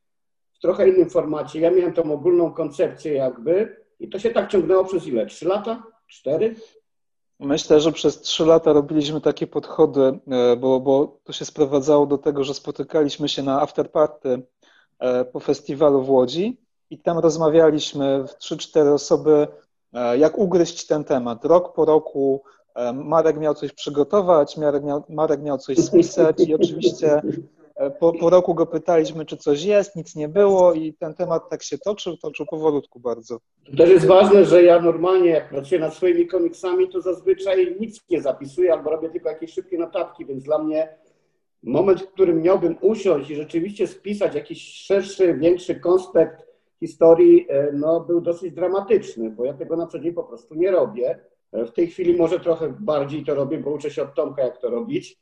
w trochę innym formacie. Ja miałem tą ogólną koncepcję jakby i to się tak ciągnęło przez ile? Trzy lata? Cztery? Myślę, że przez trzy lata robiliśmy takie podchody, bo, bo to się sprowadzało do tego, że spotykaliśmy się na afterparty po festiwalu w Łodzi i tam rozmawialiśmy w trzy cztery osoby, jak ugryźć ten temat. Rok po roku Marek miał coś przygotować, Marek miał, Marek miał coś spisać i oczywiście po, po roku go pytaliśmy, czy coś jest, nic nie było i ten temat tak się toczył, toczył powolutku bardzo. Też jest ważne, że ja normalnie jak pracuję nad swoimi komiksami, to zazwyczaj nic nie zapisuję albo robię tylko jakieś szybkie notatki, więc dla mnie moment, w którym miałbym usiąść i rzeczywiście spisać jakiś szerszy, większy konspekt historii, no był dosyć dramatyczny, bo ja tego na co dzień po prostu nie robię. W tej chwili może trochę bardziej to robię, bo uczę się od Tomka, jak to robić.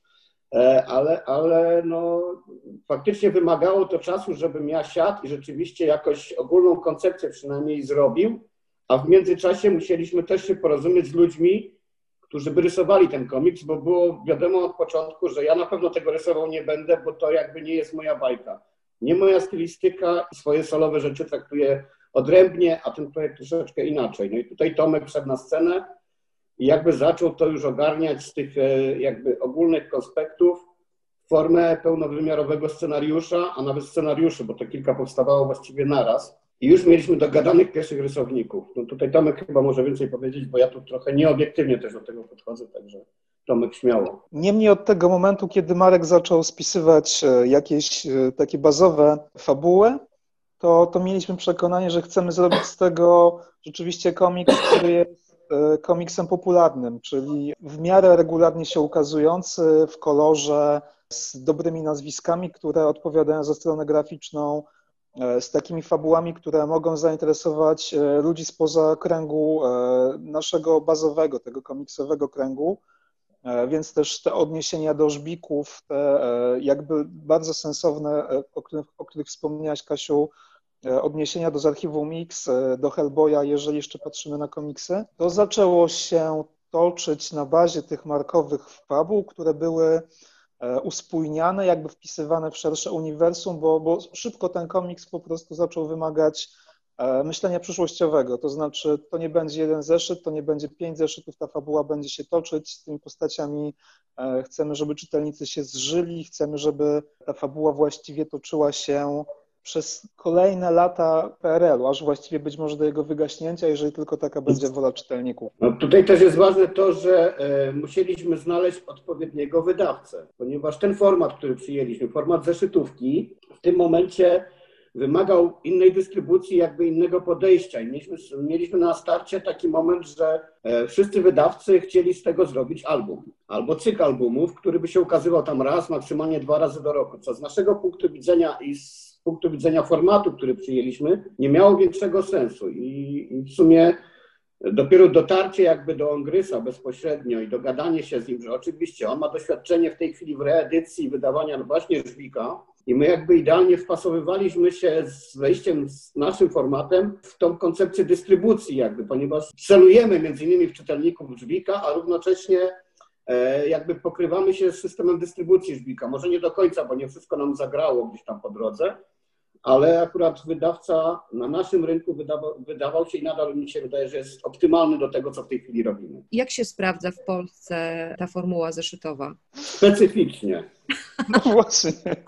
Ale, ale no, faktycznie wymagało to czasu, żebym ja siadł i rzeczywiście jakoś ogólną koncepcję przynajmniej zrobił, a w międzyczasie musieliśmy też się porozumieć z ludźmi, którzy by rysowali ten komiks, bo było wiadomo od początku, że ja na pewno tego rysował nie będę, bo to jakby nie jest moja bajka. Nie moja stylistyka i swoje solowe rzeczy traktuję odrębnie, a ten projekt troszeczkę inaczej. No i tutaj Tomek wszedł na scenę i jakby zaczął to już ogarniać z tych jakby ogólnych konspektów w formę pełnowymiarowego scenariusza, a nawet scenariuszy, bo to kilka powstawało właściwie naraz. i już mieliśmy dogadanych pierwszych rysowników. No tutaj Tomek chyba może więcej powiedzieć, bo ja tu trochę nieobiektywnie też do tego podchodzę, także Tomek śmiało. Niemniej od tego momentu, kiedy Marek zaczął spisywać jakieś takie bazowe fabuły, to, to mieliśmy przekonanie, że chcemy zrobić z tego rzeczywiście komiks, który jest komiksem popularnym, czyli w miarę regularnie się ukazujący w kolorze, z dobrymi nazwiskami, które odpowiadają za stronę graficzną, z takimi fabułami, które mogą zainteresować ludzi spoza kręgu naszego bazowego, tego komiksowego kręgu. Więc też te odniesienia do żbików, te jakby bardzo sensowne, o których, o których wspomniałaś, Kasiu, odniesienia do z archiwum Mix, do Hellboya, jeżeli jeszcze patrzymy na komiksy, to zaczęło się toczyć na bazie tych markowych fabuł, które były uspójniane, jakby wpisywane w szersze uniwersum, bo, bo szybko ten komiks po prostu zaczął wymagać myślenia przyszłościowego, to znaczy to nie będzie jeden zeszyt, to nie będzie pięć zeszytów, ta fabuła będzie się toczyć z tymi postaciami, chcemy, żeby czytelnicy się zżyli, chcemy, żeby ta fabuła właściwie toczyła się przez kolejne lata P R L-u, aż właściwie być może do jego wygaśnięcia, jeżeli tylko taka będzie wola czytelników. No tutaj też jest ważne to, że e, musieliśmy znaleźć odpowiedniego wydawcę, ponieważ ten format, który przyjęliśmy, format zeszytówki, w tym momencie wymagał innej dystrybucji, jakby innego podejścia. I mieliśmy, mieliśmy na starcie taki moment, że e, wszyscy wydawcy chcieli z tego zrobić album, albo cykl albumów, który by się ukazywał tam raz, maksymalnie dwa razy do roku, co z naszego punktu widzenia i z Z punktu widzenia formatu, który przyjęliśmy, nie miało większego sensu i, i w sumie dopiero dotarcie jakby do Ongrysa bezpośrednio i dogadanie się z nim, że oczywiście on ma doświadczenie w tej chwili w reedycji wydawania właśnie Żbika i my jakby idealnie wpasowywaliśmy się z wejściem z naszym formatem w tą koncepcję dystrybucji jakby, ponieważ celujemy między innymi w czytelników Żbika, a równocześnie jakby pokrywamy się z systemem dystrybucji Żbika. Może nie do końca, bo nie wszystko nam zagrało gdzieś tam po drodze, ale akurat wydawca na naszym rynku wydawał, wydawał się i nadal mi się wydaje, że jest optymalny do tego, co w tej chwili robimy. Jak się sprawdza w Polsce ta formuła zeszytowa? Specyficznie. No właśnie.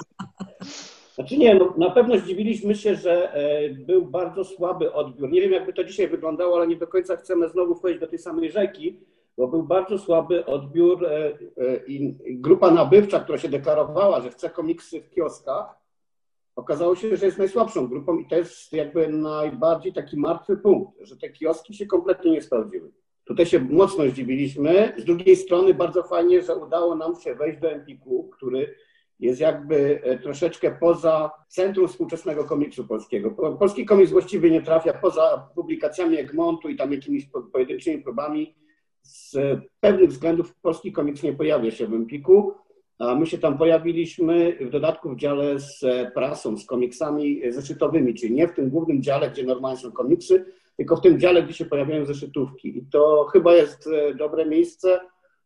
Znaczy nie, no, na pewno zdziwiliśmy się, że e, był bardzo słaby odbiór. Nie wiem, jakby to dzisiaj wyglądało, ale nie do końca chcemy znowu wejść do tej samej rzeki, bo był bardzo słaby odbiór e, e, i grupa nabywcza, która się deklarowała, że chce komiksy w kioskach, okazało się, że jest najsłabszą grupą i to jest jakby najbardziej taki martwy punkt, że te kioski się kompletnie nie sprawdziły. Tutaj się mocno zdziwiliśmy. Z drugiej strony bardzo fajnie, że udało nam się wejść do Empiku, który jest jakby troszeczkę poza centrum współczesnego komiksu polskiego. Polski komiks właściwie nie trafia poza publikacjami Egmontu i tam jakimiś pojedynczymi próbami. Z pewnych względów polski komiks nie pojawia się w Empiku, a my się tam pojawiliśmy w dodatku w dziale z prasą, z komiksami zeszytowymi, czyli nie w tym głównym dziale, gdzie normalnie są komiksy, tylko w tym dziale, gdzie się pojawiają zeszytówki. I to chyba jest dobre miejsce,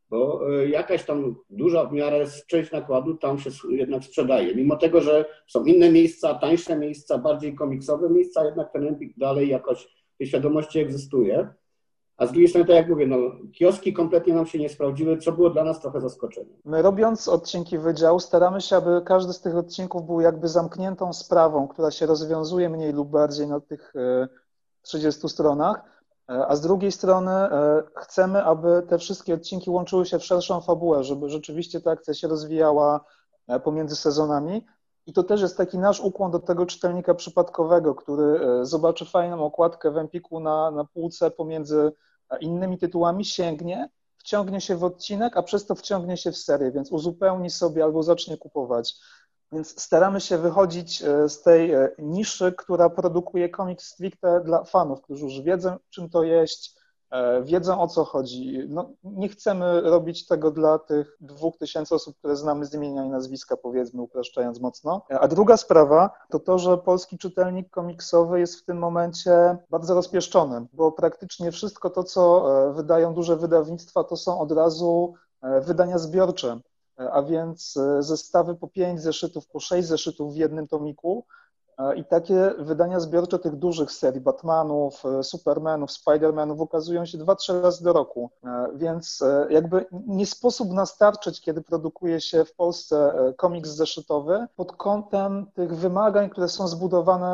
bo jakaś tam duża w miarę część nakładu tam się jednak sprzedaje. Mimo tego, że są inne miejsca, tańsze miejsca, bardziej komiksowe miejsca, jednak ten Empik dalej jakoś w tej świadomości egzystuje. A z drugiej strony, tak jak mówię, no, kioski kompletnie nam się nie sprawdziły, co było dla nas trochę zaskoczeniem. My robiąc odcinki wydziału, staramy się, aby każdy z tych odcinków był jakby zamkniętą sprawą, która się rozwiązuje mniej lub bardziej na tych trzydziestu stronach, a z drugiej strony chcemy, aby te wszystkie odcinki łączyły się w szerszą fabułę, żeby rzeczywiście ta akcja się rozwijała pomiędzy sezonami. I to też jest taki nasz ukłon do tego czytelnika przypadkowego, który zobaczy fajną okładkę w Empiku na, na półce pomiędzy innymi tytułami, sięgnie, wciągnie się w odcinek, a przez to wciągnie się w serię, więc uzupełni sobie albo zacznie kupować. Więc staramy się wychodzić z tej niszy, która produkuje komiks stricte dla fanów, którzy już wiedzą, czym to jest, wiedzą, o co chodzi. No, nie chcemy robić tego dla tych dwóch tysięcy osób, które znamy z imienia i nazwiska, powiedzmy, upraszczając mocno. A druga sprawa to to, że polski czytelnik komiksowy jest w tym momencie bardzo rozpieszczony, bo praktycznie wszystko to, co wydają duże wydawnictwa, to są od razu wydania zbiorcze, a więc zestawy po pięć zeszytów, po sześć zeszytów w jednym tomiku. I takie wydania zbiorcze tych dużych serii Batmanów, Supermanów, Spidermanów ukazują się dwa, trzy razy do roku, więc jakby nie sposób nastarczyć, kiedy produkuje się w Polsce komiks zeszytowy pod kątem tych wymagań, które są zbudowane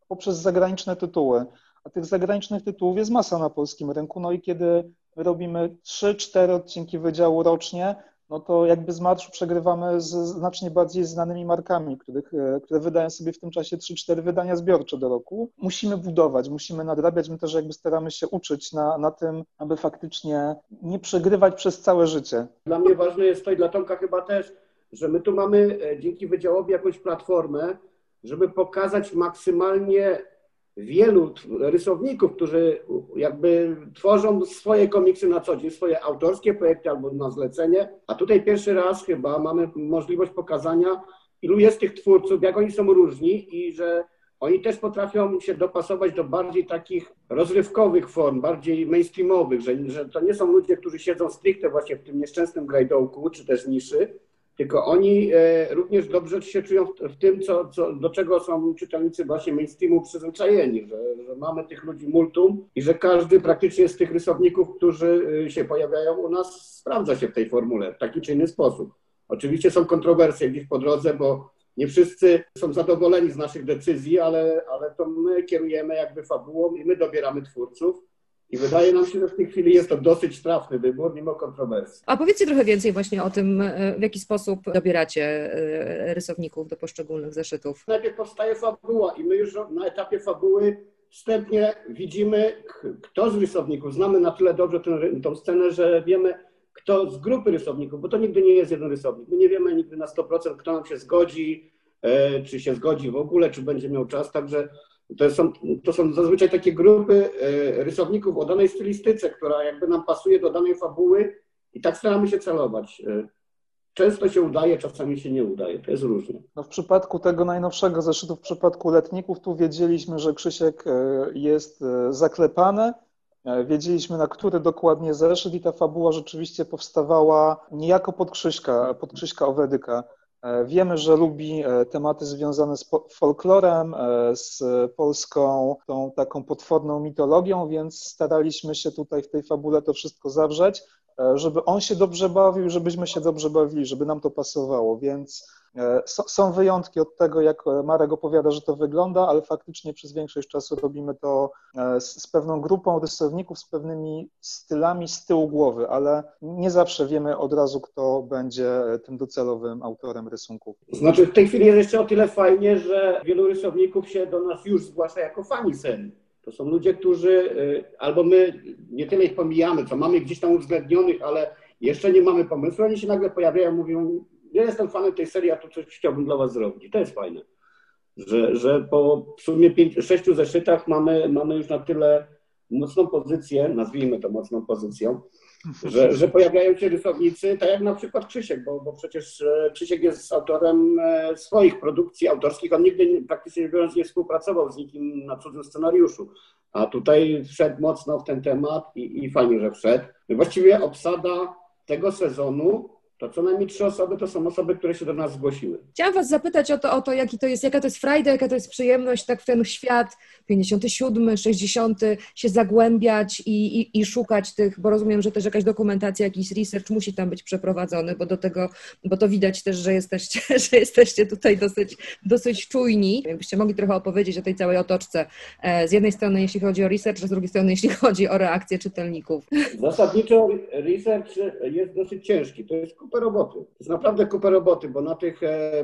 poprzez zagraniczne tytuły. A tych zagranicznych tytułów jest masa na polskim rynku, no i kiedy robimy trzy cztery odcinki wydziału rocznie, no to jakby z marszu przegrywamy z znacznie bardziej znanymi markami, których, które wydają sobie w tym czasie trzy cztery wydania zbiorcze do roku. Musimy budować, musimy nadrabiać, my też jakby staramy się uczyć na, na tym, aby faktycznie nie przegrywać przez całe życie. Dla mnie ważne jest to i dla Tomka chyba też, że my tu mamy dzięki wydziałowi jakąś platformę, żeby pokazać maksymalnie wielu rysowników, którzy jakby tworzą swoje komiksy na co dzień, swoje autorskie projekty albo na zlecenie, a tutaj pierwszy raz chyba mamy możliwość pokazania, ilu jest tych twórców, jak oni są różni i że oni też potrafią się dopasować do bardziej takich rozrywkowych form, bardziej mainstreamowych, że, że to nie są ludzie, którzy siedzą stricte właśnie w tym nieszczęsnym grajdołku czy też niszy, tylko oni e, również dobrze się czują w, w tym, co, co, do czego są czytelnicy właśnie mainstreamu przyzwyczajeni, że, że mamy tych ludzi multum i że każdy praktycznie z tych rysowników, którzy się pojawiają u nas, sprawdza się w tej formule w taki czy inny sposób. Oczywiście są kontrowersje gdzieś po drodze, bo nie wszyscy są zadowoleni z naszych decyzji, ale, ale to my kierujemy jakby fabułą i my dobieramy twórców. I wydaje nam się, że w tej chwili jest to dosyć trafny wybór, mimo kontrowersji. A powiedzcie trochę więcej właśnie o tym, w jaki sposób dobieracie rysowników do poszczególnych zeszytów. Najpierw powstaje fabuła i my już na etapie fabuły wstępnie widzimy, kto z rysowników, znamy na tyle dobrze tę, tą scenę, że wiemy, kto z grupy rysowników, bo to nigdy nie jest jeden rysownik. My nie wiemy nigdy na sto procent, kto nam się zgodzi, czy się zgodzi w ogóle, czy będzie miał czas, także To są, to są zazwyczaj takie grupy rysowników o danej stylistyce, która jakby nam pasuje do danej fabuły i tak staramy się celować. Często się udaje, czasami się nie udaje, to jest różnie. No w przypadku tego najnowszego zeszytu, w przypadku Letników, tu wiedzieliśmy, że Krzysiek jest zaklepany, wiedzieliśmy, na który dokładnie zeszyt i ta fabuła rzeczywiście powstawała niejako pod Krzyśka, pod Krzyśka Owedyka. Wiemy, że lubi tematy związane z folklorem, z polską tą taką potworną mitologią, więc staraliśmy się tutaj w tej fabule to wszystko zawrzeć, żeby on się dobrze bawił, żebyśmy się dobrze bawili, żeby nam to pasowało, więc są wyjątki od tego, jak Marek opowiada, że to wygląda, ale faktycznie przez większość czasu robimy to z, z pewną grupą rysowników, z pewnymi stylami z tyłu głowy, ale nie zawsze wiemy od razu, kto będzie tym docelowym autorem rysunków. Znaczy w tej chwili jest jeszcze o tyle fajnie, że wielu rysowników się do nas już zgłasza jako fani serii. To są ludzie, którzy albo my nie tyle ich pomijamy, co mamy gdzieś tam uwzględnionych, ale jeszcze nie mamy pomysłu, oni się nagle pojawiają, mówią: ja jestem fanem tej serii, a to coś chciałbym dla was zrobić. I to jest fajne, że, że po w sumie pięciu, sześciu zeszytach mamy, mamy już na tyle mocną pozycję, nazwijmy to mocną pozycją, że, że pojawiają się rysownicy, tak jak na przykład Krzysiek, bo, bo przecież Krzysiek jest autorem swoich produkcji autorskich, on nigdy praktycznie biorąc nie współpracował z nikim na cudzym scenariuszu, a tutaj wszedł mocno w ten temat i, i fajnie, że wszedł. Właściwie obsada tego sezonu to co najmniej trzy osoby to są osoby, które się do nas zgłosiły. Chciałam was zapytać o to, o to jaki to jest, jaka to jest frajda, jaka to jest przyjemność tak w ten świat pięćdziesiąty siódmy, sześćdziesiąty się zagłębiać i, i, i szukać tych, bo rozumiem, że też jakaś dokumentacja, jakiś research musi tam być przeprowadzony, bo do tego, bo to widać też, że jesteście, że jesteście tutaj dosyć, dosyć czujni. Jakbyście mogli trochę opowiedzieć o tej całej otoczce. Z jednej strony jeśli chodzi o research, a z drugiej strony jeśli chodzi o reakcję czytelników. Zasadniczo research jest dosyć ciężki. To jest kupę roboty. To jest naprawdę kupę roboty, bo na tych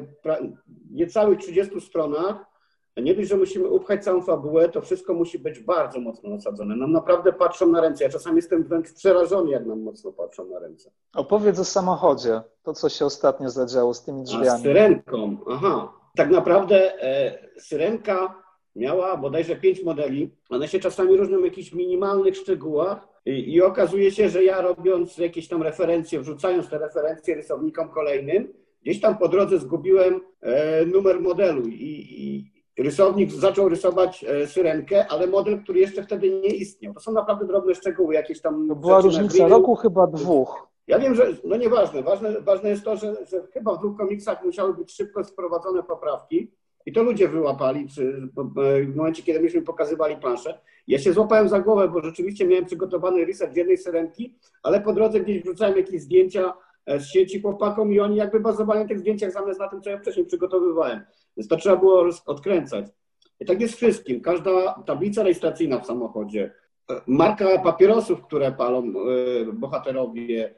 niecałych trzydziestu stronach nie dość, że musimy upchać całą fabułę, to wszystko musi być bardzo mocno nasadzone. Nam naprawdę patrzą na ręce. Ja czasami jestem wręcz przerażony, jak nam mocno patrzą na ręce. Opowiedz o samochodzie. To, co się ostatnio zadziało z tymi drzwiami. A z Syrenką. Aha. Tak naprawdę e, Syrenka miała bodajże pięć modeli. One się czasami różnią w jakichś minimalnych szczegółach i, i okazuje się, że ja robiąc jakieś tam referencje, wrzucając te referencje rysownikom kolejnym, gdzieś tam po drodze zgubiłem e, numer modelu i, i rysownik zaczął rysować e, Syrenkę, ale model, który jeszcze wtedy nie istniał. To są naprawdę drobne szczegóły, jakieś tam... To była różnica roku, chyba dwóch. Ja wiem, że no nieważne. Ważne, ważne jest to, że, że chyba w dwóch komiksach musiały być szybko sprowadzone poprawki i to ludzie wyłapali czy, w momencie, kiedy myśmy pokazywali planszę. Ja się złapałem za głowę, bo rzeczywiście miałem przygotowany research jednej Syrenki, ale po drodze gdzieś wrzucałem jakieś zdjęcia z sieci chłopakom i oni jakby bazowali na tych zdjęciach zamiast na tym, co ja wcześniej przygotowywałem. Więc to trzeba było odkręcać. I tak jest wszystkim. Każda tablica rejestracyjna w samochodzie, marka papierosów, które palą bohaterowie,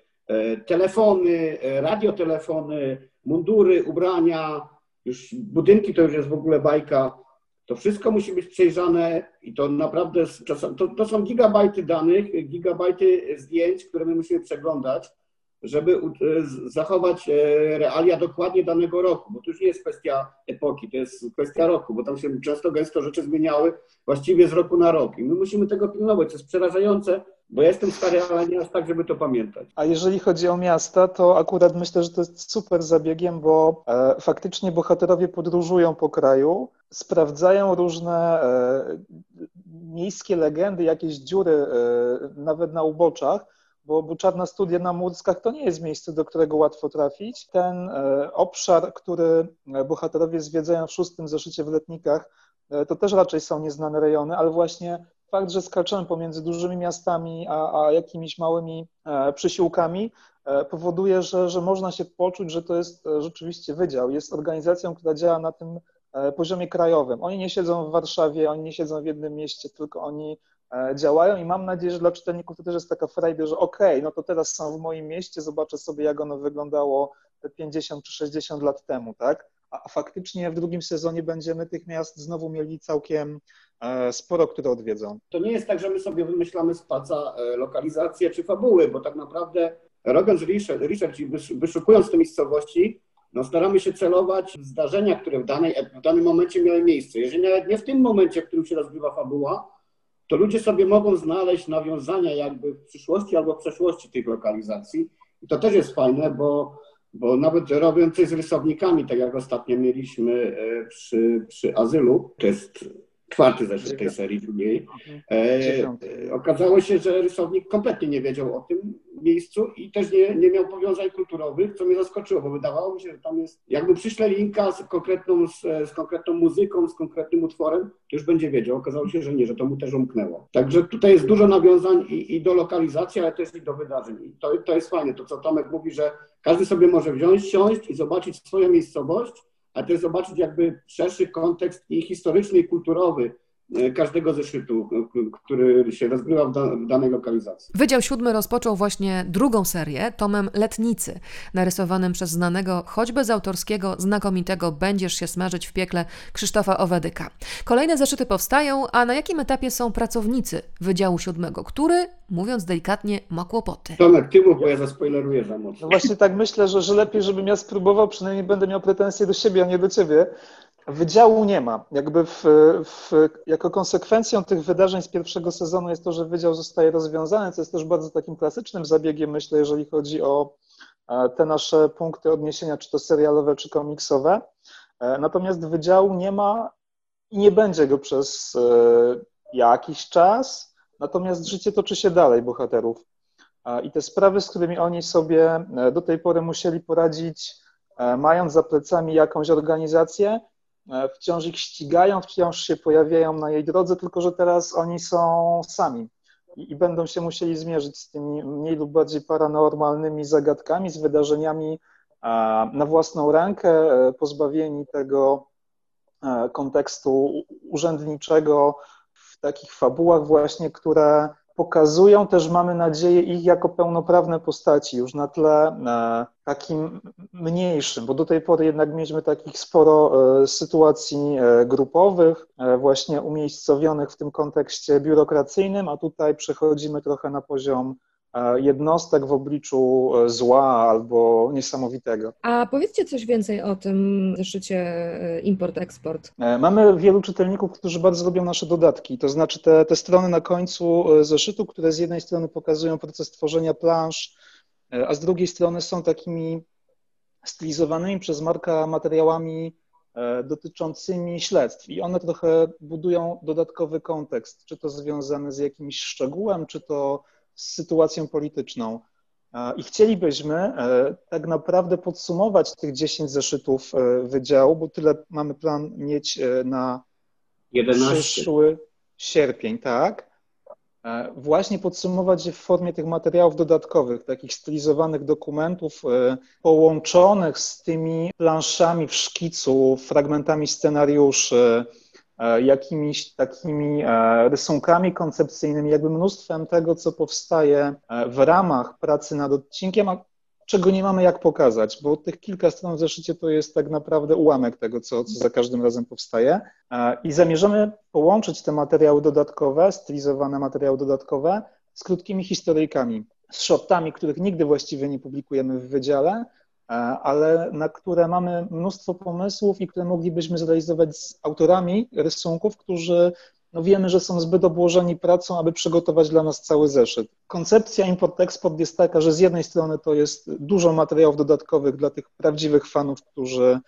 telefony, radiotelefony, mundury, ubrania, już budynki to już jest w ogóle bajka. To wszystko musi być przejrzane i to naprawdę, to, to są gigabajty danych, gigabajty zdjęć, które my musimy przeglądać, żeby zachować realia dokładnie danego roku, bo to już nie jest kwestia epoki, to jest kwestia roku, bo tam się często gęsto rzeczy zmieniały właściwie z roku na rok i my musimy tego pilnować, co jest przerażające, bo ja jestem stary, ale nie aż tak, żeby to pamiętać. A jeżeli chodzi o miasta, to akurat myślę, że to jest super zabiegiem, bo e, faktycznie bohaterowie podróżują po kraju, sprawdzają różne e, miejskie legendy, jakieś dziury, e, nawet na uboczach, bo, bo Czarna Studnia na Murskach to nie jest miejsce, do którego łatwo trafić. Ten e, obszar, który bohaterowie zwiedzają w szóstym zeszycie w Letnikach, e, to też raczej są nieznane rejony, ale właśnie fakt, że skaczemy pomiędzy dużymi miastami a, a jakimiś małymi e, przysiłkami e, powoduje, że, że można się poczuć, że to jest e, rzeczywiście wydział. Jest organizacją, która działa na tym e, poziomie krajowym. Oni nie siedzą w Warszawie, oni nie siedzą w jednym mieście, tylko oni e, działają i mam nadzieję, że dla czytelników to też jest taka frajda, że okej, okay, no to teraz są w moim mieście, zobaczę sobie, jak ono wyglądało te pięćdziesiąt czy sześćdziesiąt lat temu, tak? A faktycznie w drugim sezonie będziemy tych miast znowu mieli całkiem sporo, które odwiedzą. To nie jest tak, że my sobie wymyślamy z paca lokalizacje czy fabuły, bo tak naprawdę robiąc research i wyszukując te miejscowości, no staramy się celować w zdarzenia, które w, danej, w danym momencie miały miejsce. Jeżeli nawet nie w tym momencie, w którym się rozgrywa fabuła, to ludzie sobie mogą znaleźć nawiązania jakby w przyszłości albo w przeszłości tych lokalizacji. I to też jest fajne, bo Bo nawet robiąc coś z rysownikami, tak jak ostatnio mieliśmy przy, przy Azylu, to jest czwarty zeszyt tej serii drugiej, e, okazało się, że rysownik kompletnie nie wiedział o tym miejscu i też nie, nie miał powiązań kulturowych, co mnie zaskoczyło, bo wydawało mi się, że tam jest, jakby przyśle linka z konkretną, z, z konkretną muzyką, z konkretnym utworem, to już będzie wiedział. Okazało się, że nie, że to mu też umknęło. Także tutaj jest dużo nawiązań i, i do lokalizacji, ale też i do wydarzeń. I to, to jest fajne, to co Tomek mówi, że każdy sobie może wziąć, siąść i zobaczyć swoją miejscowość, a też zobaczyć jakby szerszy kontekst i historyczny, i kulturowy każdego zeszytu, który się rozgrywa w, da, w danej lokalizacji. Wydział Siódmy rozpoczął właśnie drugą serię tomem Letnicy, narysowanym przez znanego, choć bez autorskiego, znakomitego Będziesz się smażyć w piekle Krzysztofa Owedyka. Kolejne zeszyty powstają, a na jakim etapie są pracownicy Wydziału Siódmego, który, mówiąc delikatnie, ma kłopoty? Tomek, ty mów, bo ja zaspoileruję za mocno. No właśnie tak myślę, że, że lepiej, żebym ja spróbował, przynajmniej będę miał pretensje do siebie, a nie do ciebie. Wydziału nie ma. Jakby w, w, jako konsekwencją tych wydarzeń z pierwszego sezonu jest to, że wydział zostaje rozwiązany, co jest też bardzo takim klasycznym zabiegiem, myślę, jeżeli chodzi o te nasze punkty odniesienia, czy to serialowe, czy komiksowe. Natomiast wydziału nie ma i nie będzie go przez jakiś czas, natomiast życie toczy się dalej bohaterów. I te sprawy, z którymi oni sobie do tej pory musieli poradzić, mając za plecami jakąś organizację, wciąż ich ścigają, wciąż się pojawiają na jej drodze, tylko że teraz oni są sami i, i będą się musieli zmierzyć z tymi mniej lub bardziej paranormalnymi zagadkami, z wydarzeniami a, na własną rękę, pozbawieni tego a, kontekstu urzędniczego w takich fabułach właśnie, które pokazują też, mamy nadzieję, ich jako pełnoprawne postaci już na tle e, takim mniejszym, bo do tej pory jednak mieliśmy takich sporo e, sytuacji e, grupowych, e, właśnie umiejscowionych w tym kontekście biurokracyjnym, a tutaj przechodzimy trochę na poziom e, jednostek w obliczu e, zła albo niesamowitego. A powiedzcie coś więcej o tym zeszycie import-eksport. E, mamy wielu czytelników, którzy bardzo lubią nasze dodatki, to znaczy te, te strony na końcu zeszytu, które z jednej strony pokazują proces tworzenia plansz, a z drugiej strony są takimi stylizowanymi przez Marka materiałami dotyczącymi śledztw i one trochę budują dodatkowy kontekst, czy to związany z jakimś szczegółem, czy to z sytuacją polityczną. I chcielibyśmy tak naprawdę podsumować tych dziesięć zeszytów wydziału, bo tyle mamy plan mieć na jedenaście. Przyszły sierpień, tak? Właśnie podsumować je w formie tych materiałów dodatkowych, takich stylizowanych dokumentów połączonych z tymi planszami w szkicu, fragmentami scenariuszy, jakimiś takimi rysunkami koncepcyjnymi, jakby mnóstwem tego, co powstaje w ramach pracy nad odcinkiem, a czego nie mamy jak pokazać, bo tych kilka stron w zeszycie to jest tak naprawdę ułamek tego, co, co za każdym razem powstaje. I zamierzamy połączyć te materiały dodatkowe, stylizowane materiały dodatkowe z krótkimi historyjkami, z shortami, których nigdy właściwie nie publikujemy w wydziale, ale na które mamy mnóstwo pomysłów i które moglibyśmy zrealizować z autorami rysunków, którzy no wiemy, że są zbyt obłożeni pracą, aby przygotować dla nas cały zeszyt. Koncepcja import-export jest taka, że z jednej strony to jest dużo materiałów dodatkowych dla tych prawdziwych fanów, którzy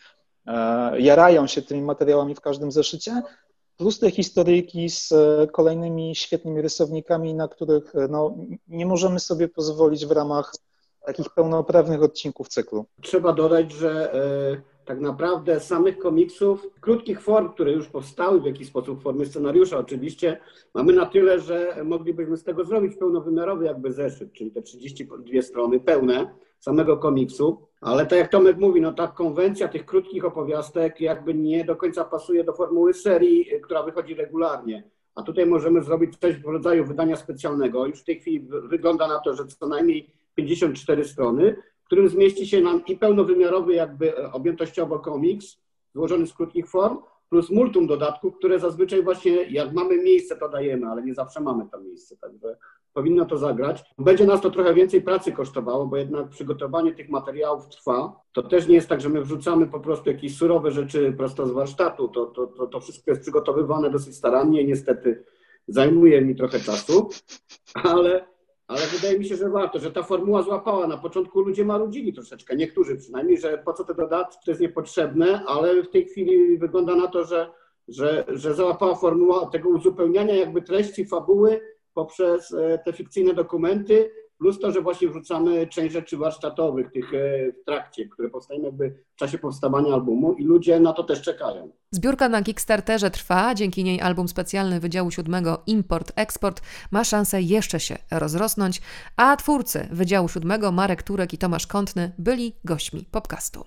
e, jarają się tymi materiałami w każdym zeszycie, plus te historyjki z kolejnymi świetnymi rysownikami, na których no, nie możemy sobie pozwolić w ramach takich pełnoprawnych odcinków cyklu. Trzeba dodać, że e, tak naprawdę samych komiksów, krótkich form, które już powstały w jakiś sposób w formie scenariusza oczywiście, mamy na tyle, że moglibyśmy z tego zrobić pełnowymiarowy jakby zeszyt, czyli te trzydzieści dwie strony pełne samego komiksu, ale tak jak Tomek mówi, no ta konwencja tych krótkich opowiastek jakby nie do końca pasuje do formuły serii, która wychodzi regularnie. A tutaj możemy zrobić coś w rodzaju wydania specjalnego. Już w tej chwili wygląda na to, że co najmniej pięćdziesiąt cztery strony, w którym zmieści się nam i pełnowymiarowy jakby objętościowo komiks złożony z krótkich form, plus multum dodatków, które zazwyczaj właśnie jak mamy miejsce, to dajemy, ale nie zawsze mamy to miejsce, także powinno to zagrać. Będzie nas to trochę więcej pracy kosztowało, bo jednak przygotowanie tych materiałów trwa. To też nie jest tak, że my wrzucamy po prostu jakieś surowe rzeczy prosto z warsztatu. To, to, to, to wszystko jest przygotowywane dosyć starannie, niestety zajmuje mi trochę czasu, ale... Ale wydaje mi się, że warto, że ta formuła złapała. Na początku ludzie marudzili troszeczkę, niektórzy przynajmniej, że po co te dodatki, to jest niepotrzebne, ale w tej chwili wygląda na to, że, że, że załapała formuła tego uzupełniania jakby treści fabuły poprzez te fikcyjne dokumenty, plus to, że właśnie wrzucamy część rzeczy warsztatowych, tych w trakcie, które powstają jakby w czasie powstawania albumu i ludzie na to też czekają. Zbiórka na Kickstarterze trwa, dzięki niej album specjalny Wydziału Siódmego Import-Export ma szansę jeszcze się rozrosnąć, a twórcy Wydziału Siódmego Marek Turek i Tomasz Kątny byli gośćmi podcastu.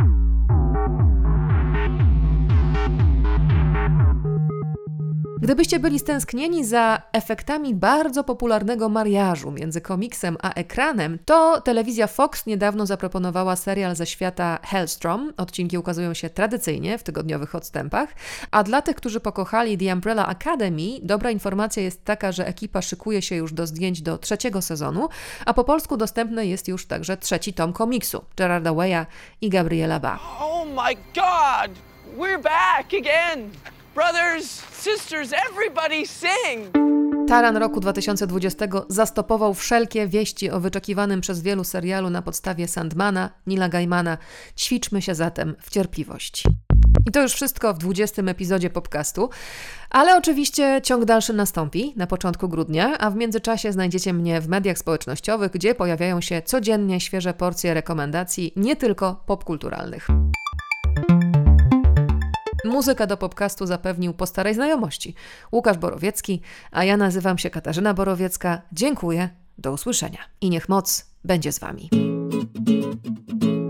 Gdybyście byli stęsknieni za efektami bardzo popularnego mariażu między komiksem a ekranem, to telewizja Fox niedawno zaproponowała serial ze świata Hellstrom. Odcinki ukazują się tradycyjnie w tygodniowych odstępach, a dla tych, którzy pokochali The Umbrella Academy, dobra informacja jest taka, że ekipa szykuje się już do zdjęć do trzeciego sezonu, a po polsku dostępny jest już także trzeci tom komiksu Gerarda Waya i Gabriela Ba. Oh my God! We're back again! Brothers, sisters, everybody sing! Taran roku dwa tysiące dwudziestego zastopował wszelkie wieści o wyczekiwanym przez wielu serialu na podstawie Sandmana, Neila Gaimana. Ćwiczmy się zatem w cierpliwość. I to już wszystko w dwudziestym epizodzie podcastu, ale oczywiście ciąg dalszy nastąpi na początku grudnia, a w międzyczasie znajdziecie mnie w mediach społecznościowych, gdzie pojawiają się codziennie świeże porcje rekomendacji, nie tylko popkulturalnych. Muzykę do podcastu zapewnił po starej znajomości Łukasz Borowiecki, a ja nazywam się Katarzyna Borowiecka. Dziękuję, do usłyszenia i niech moc będzie z Wami.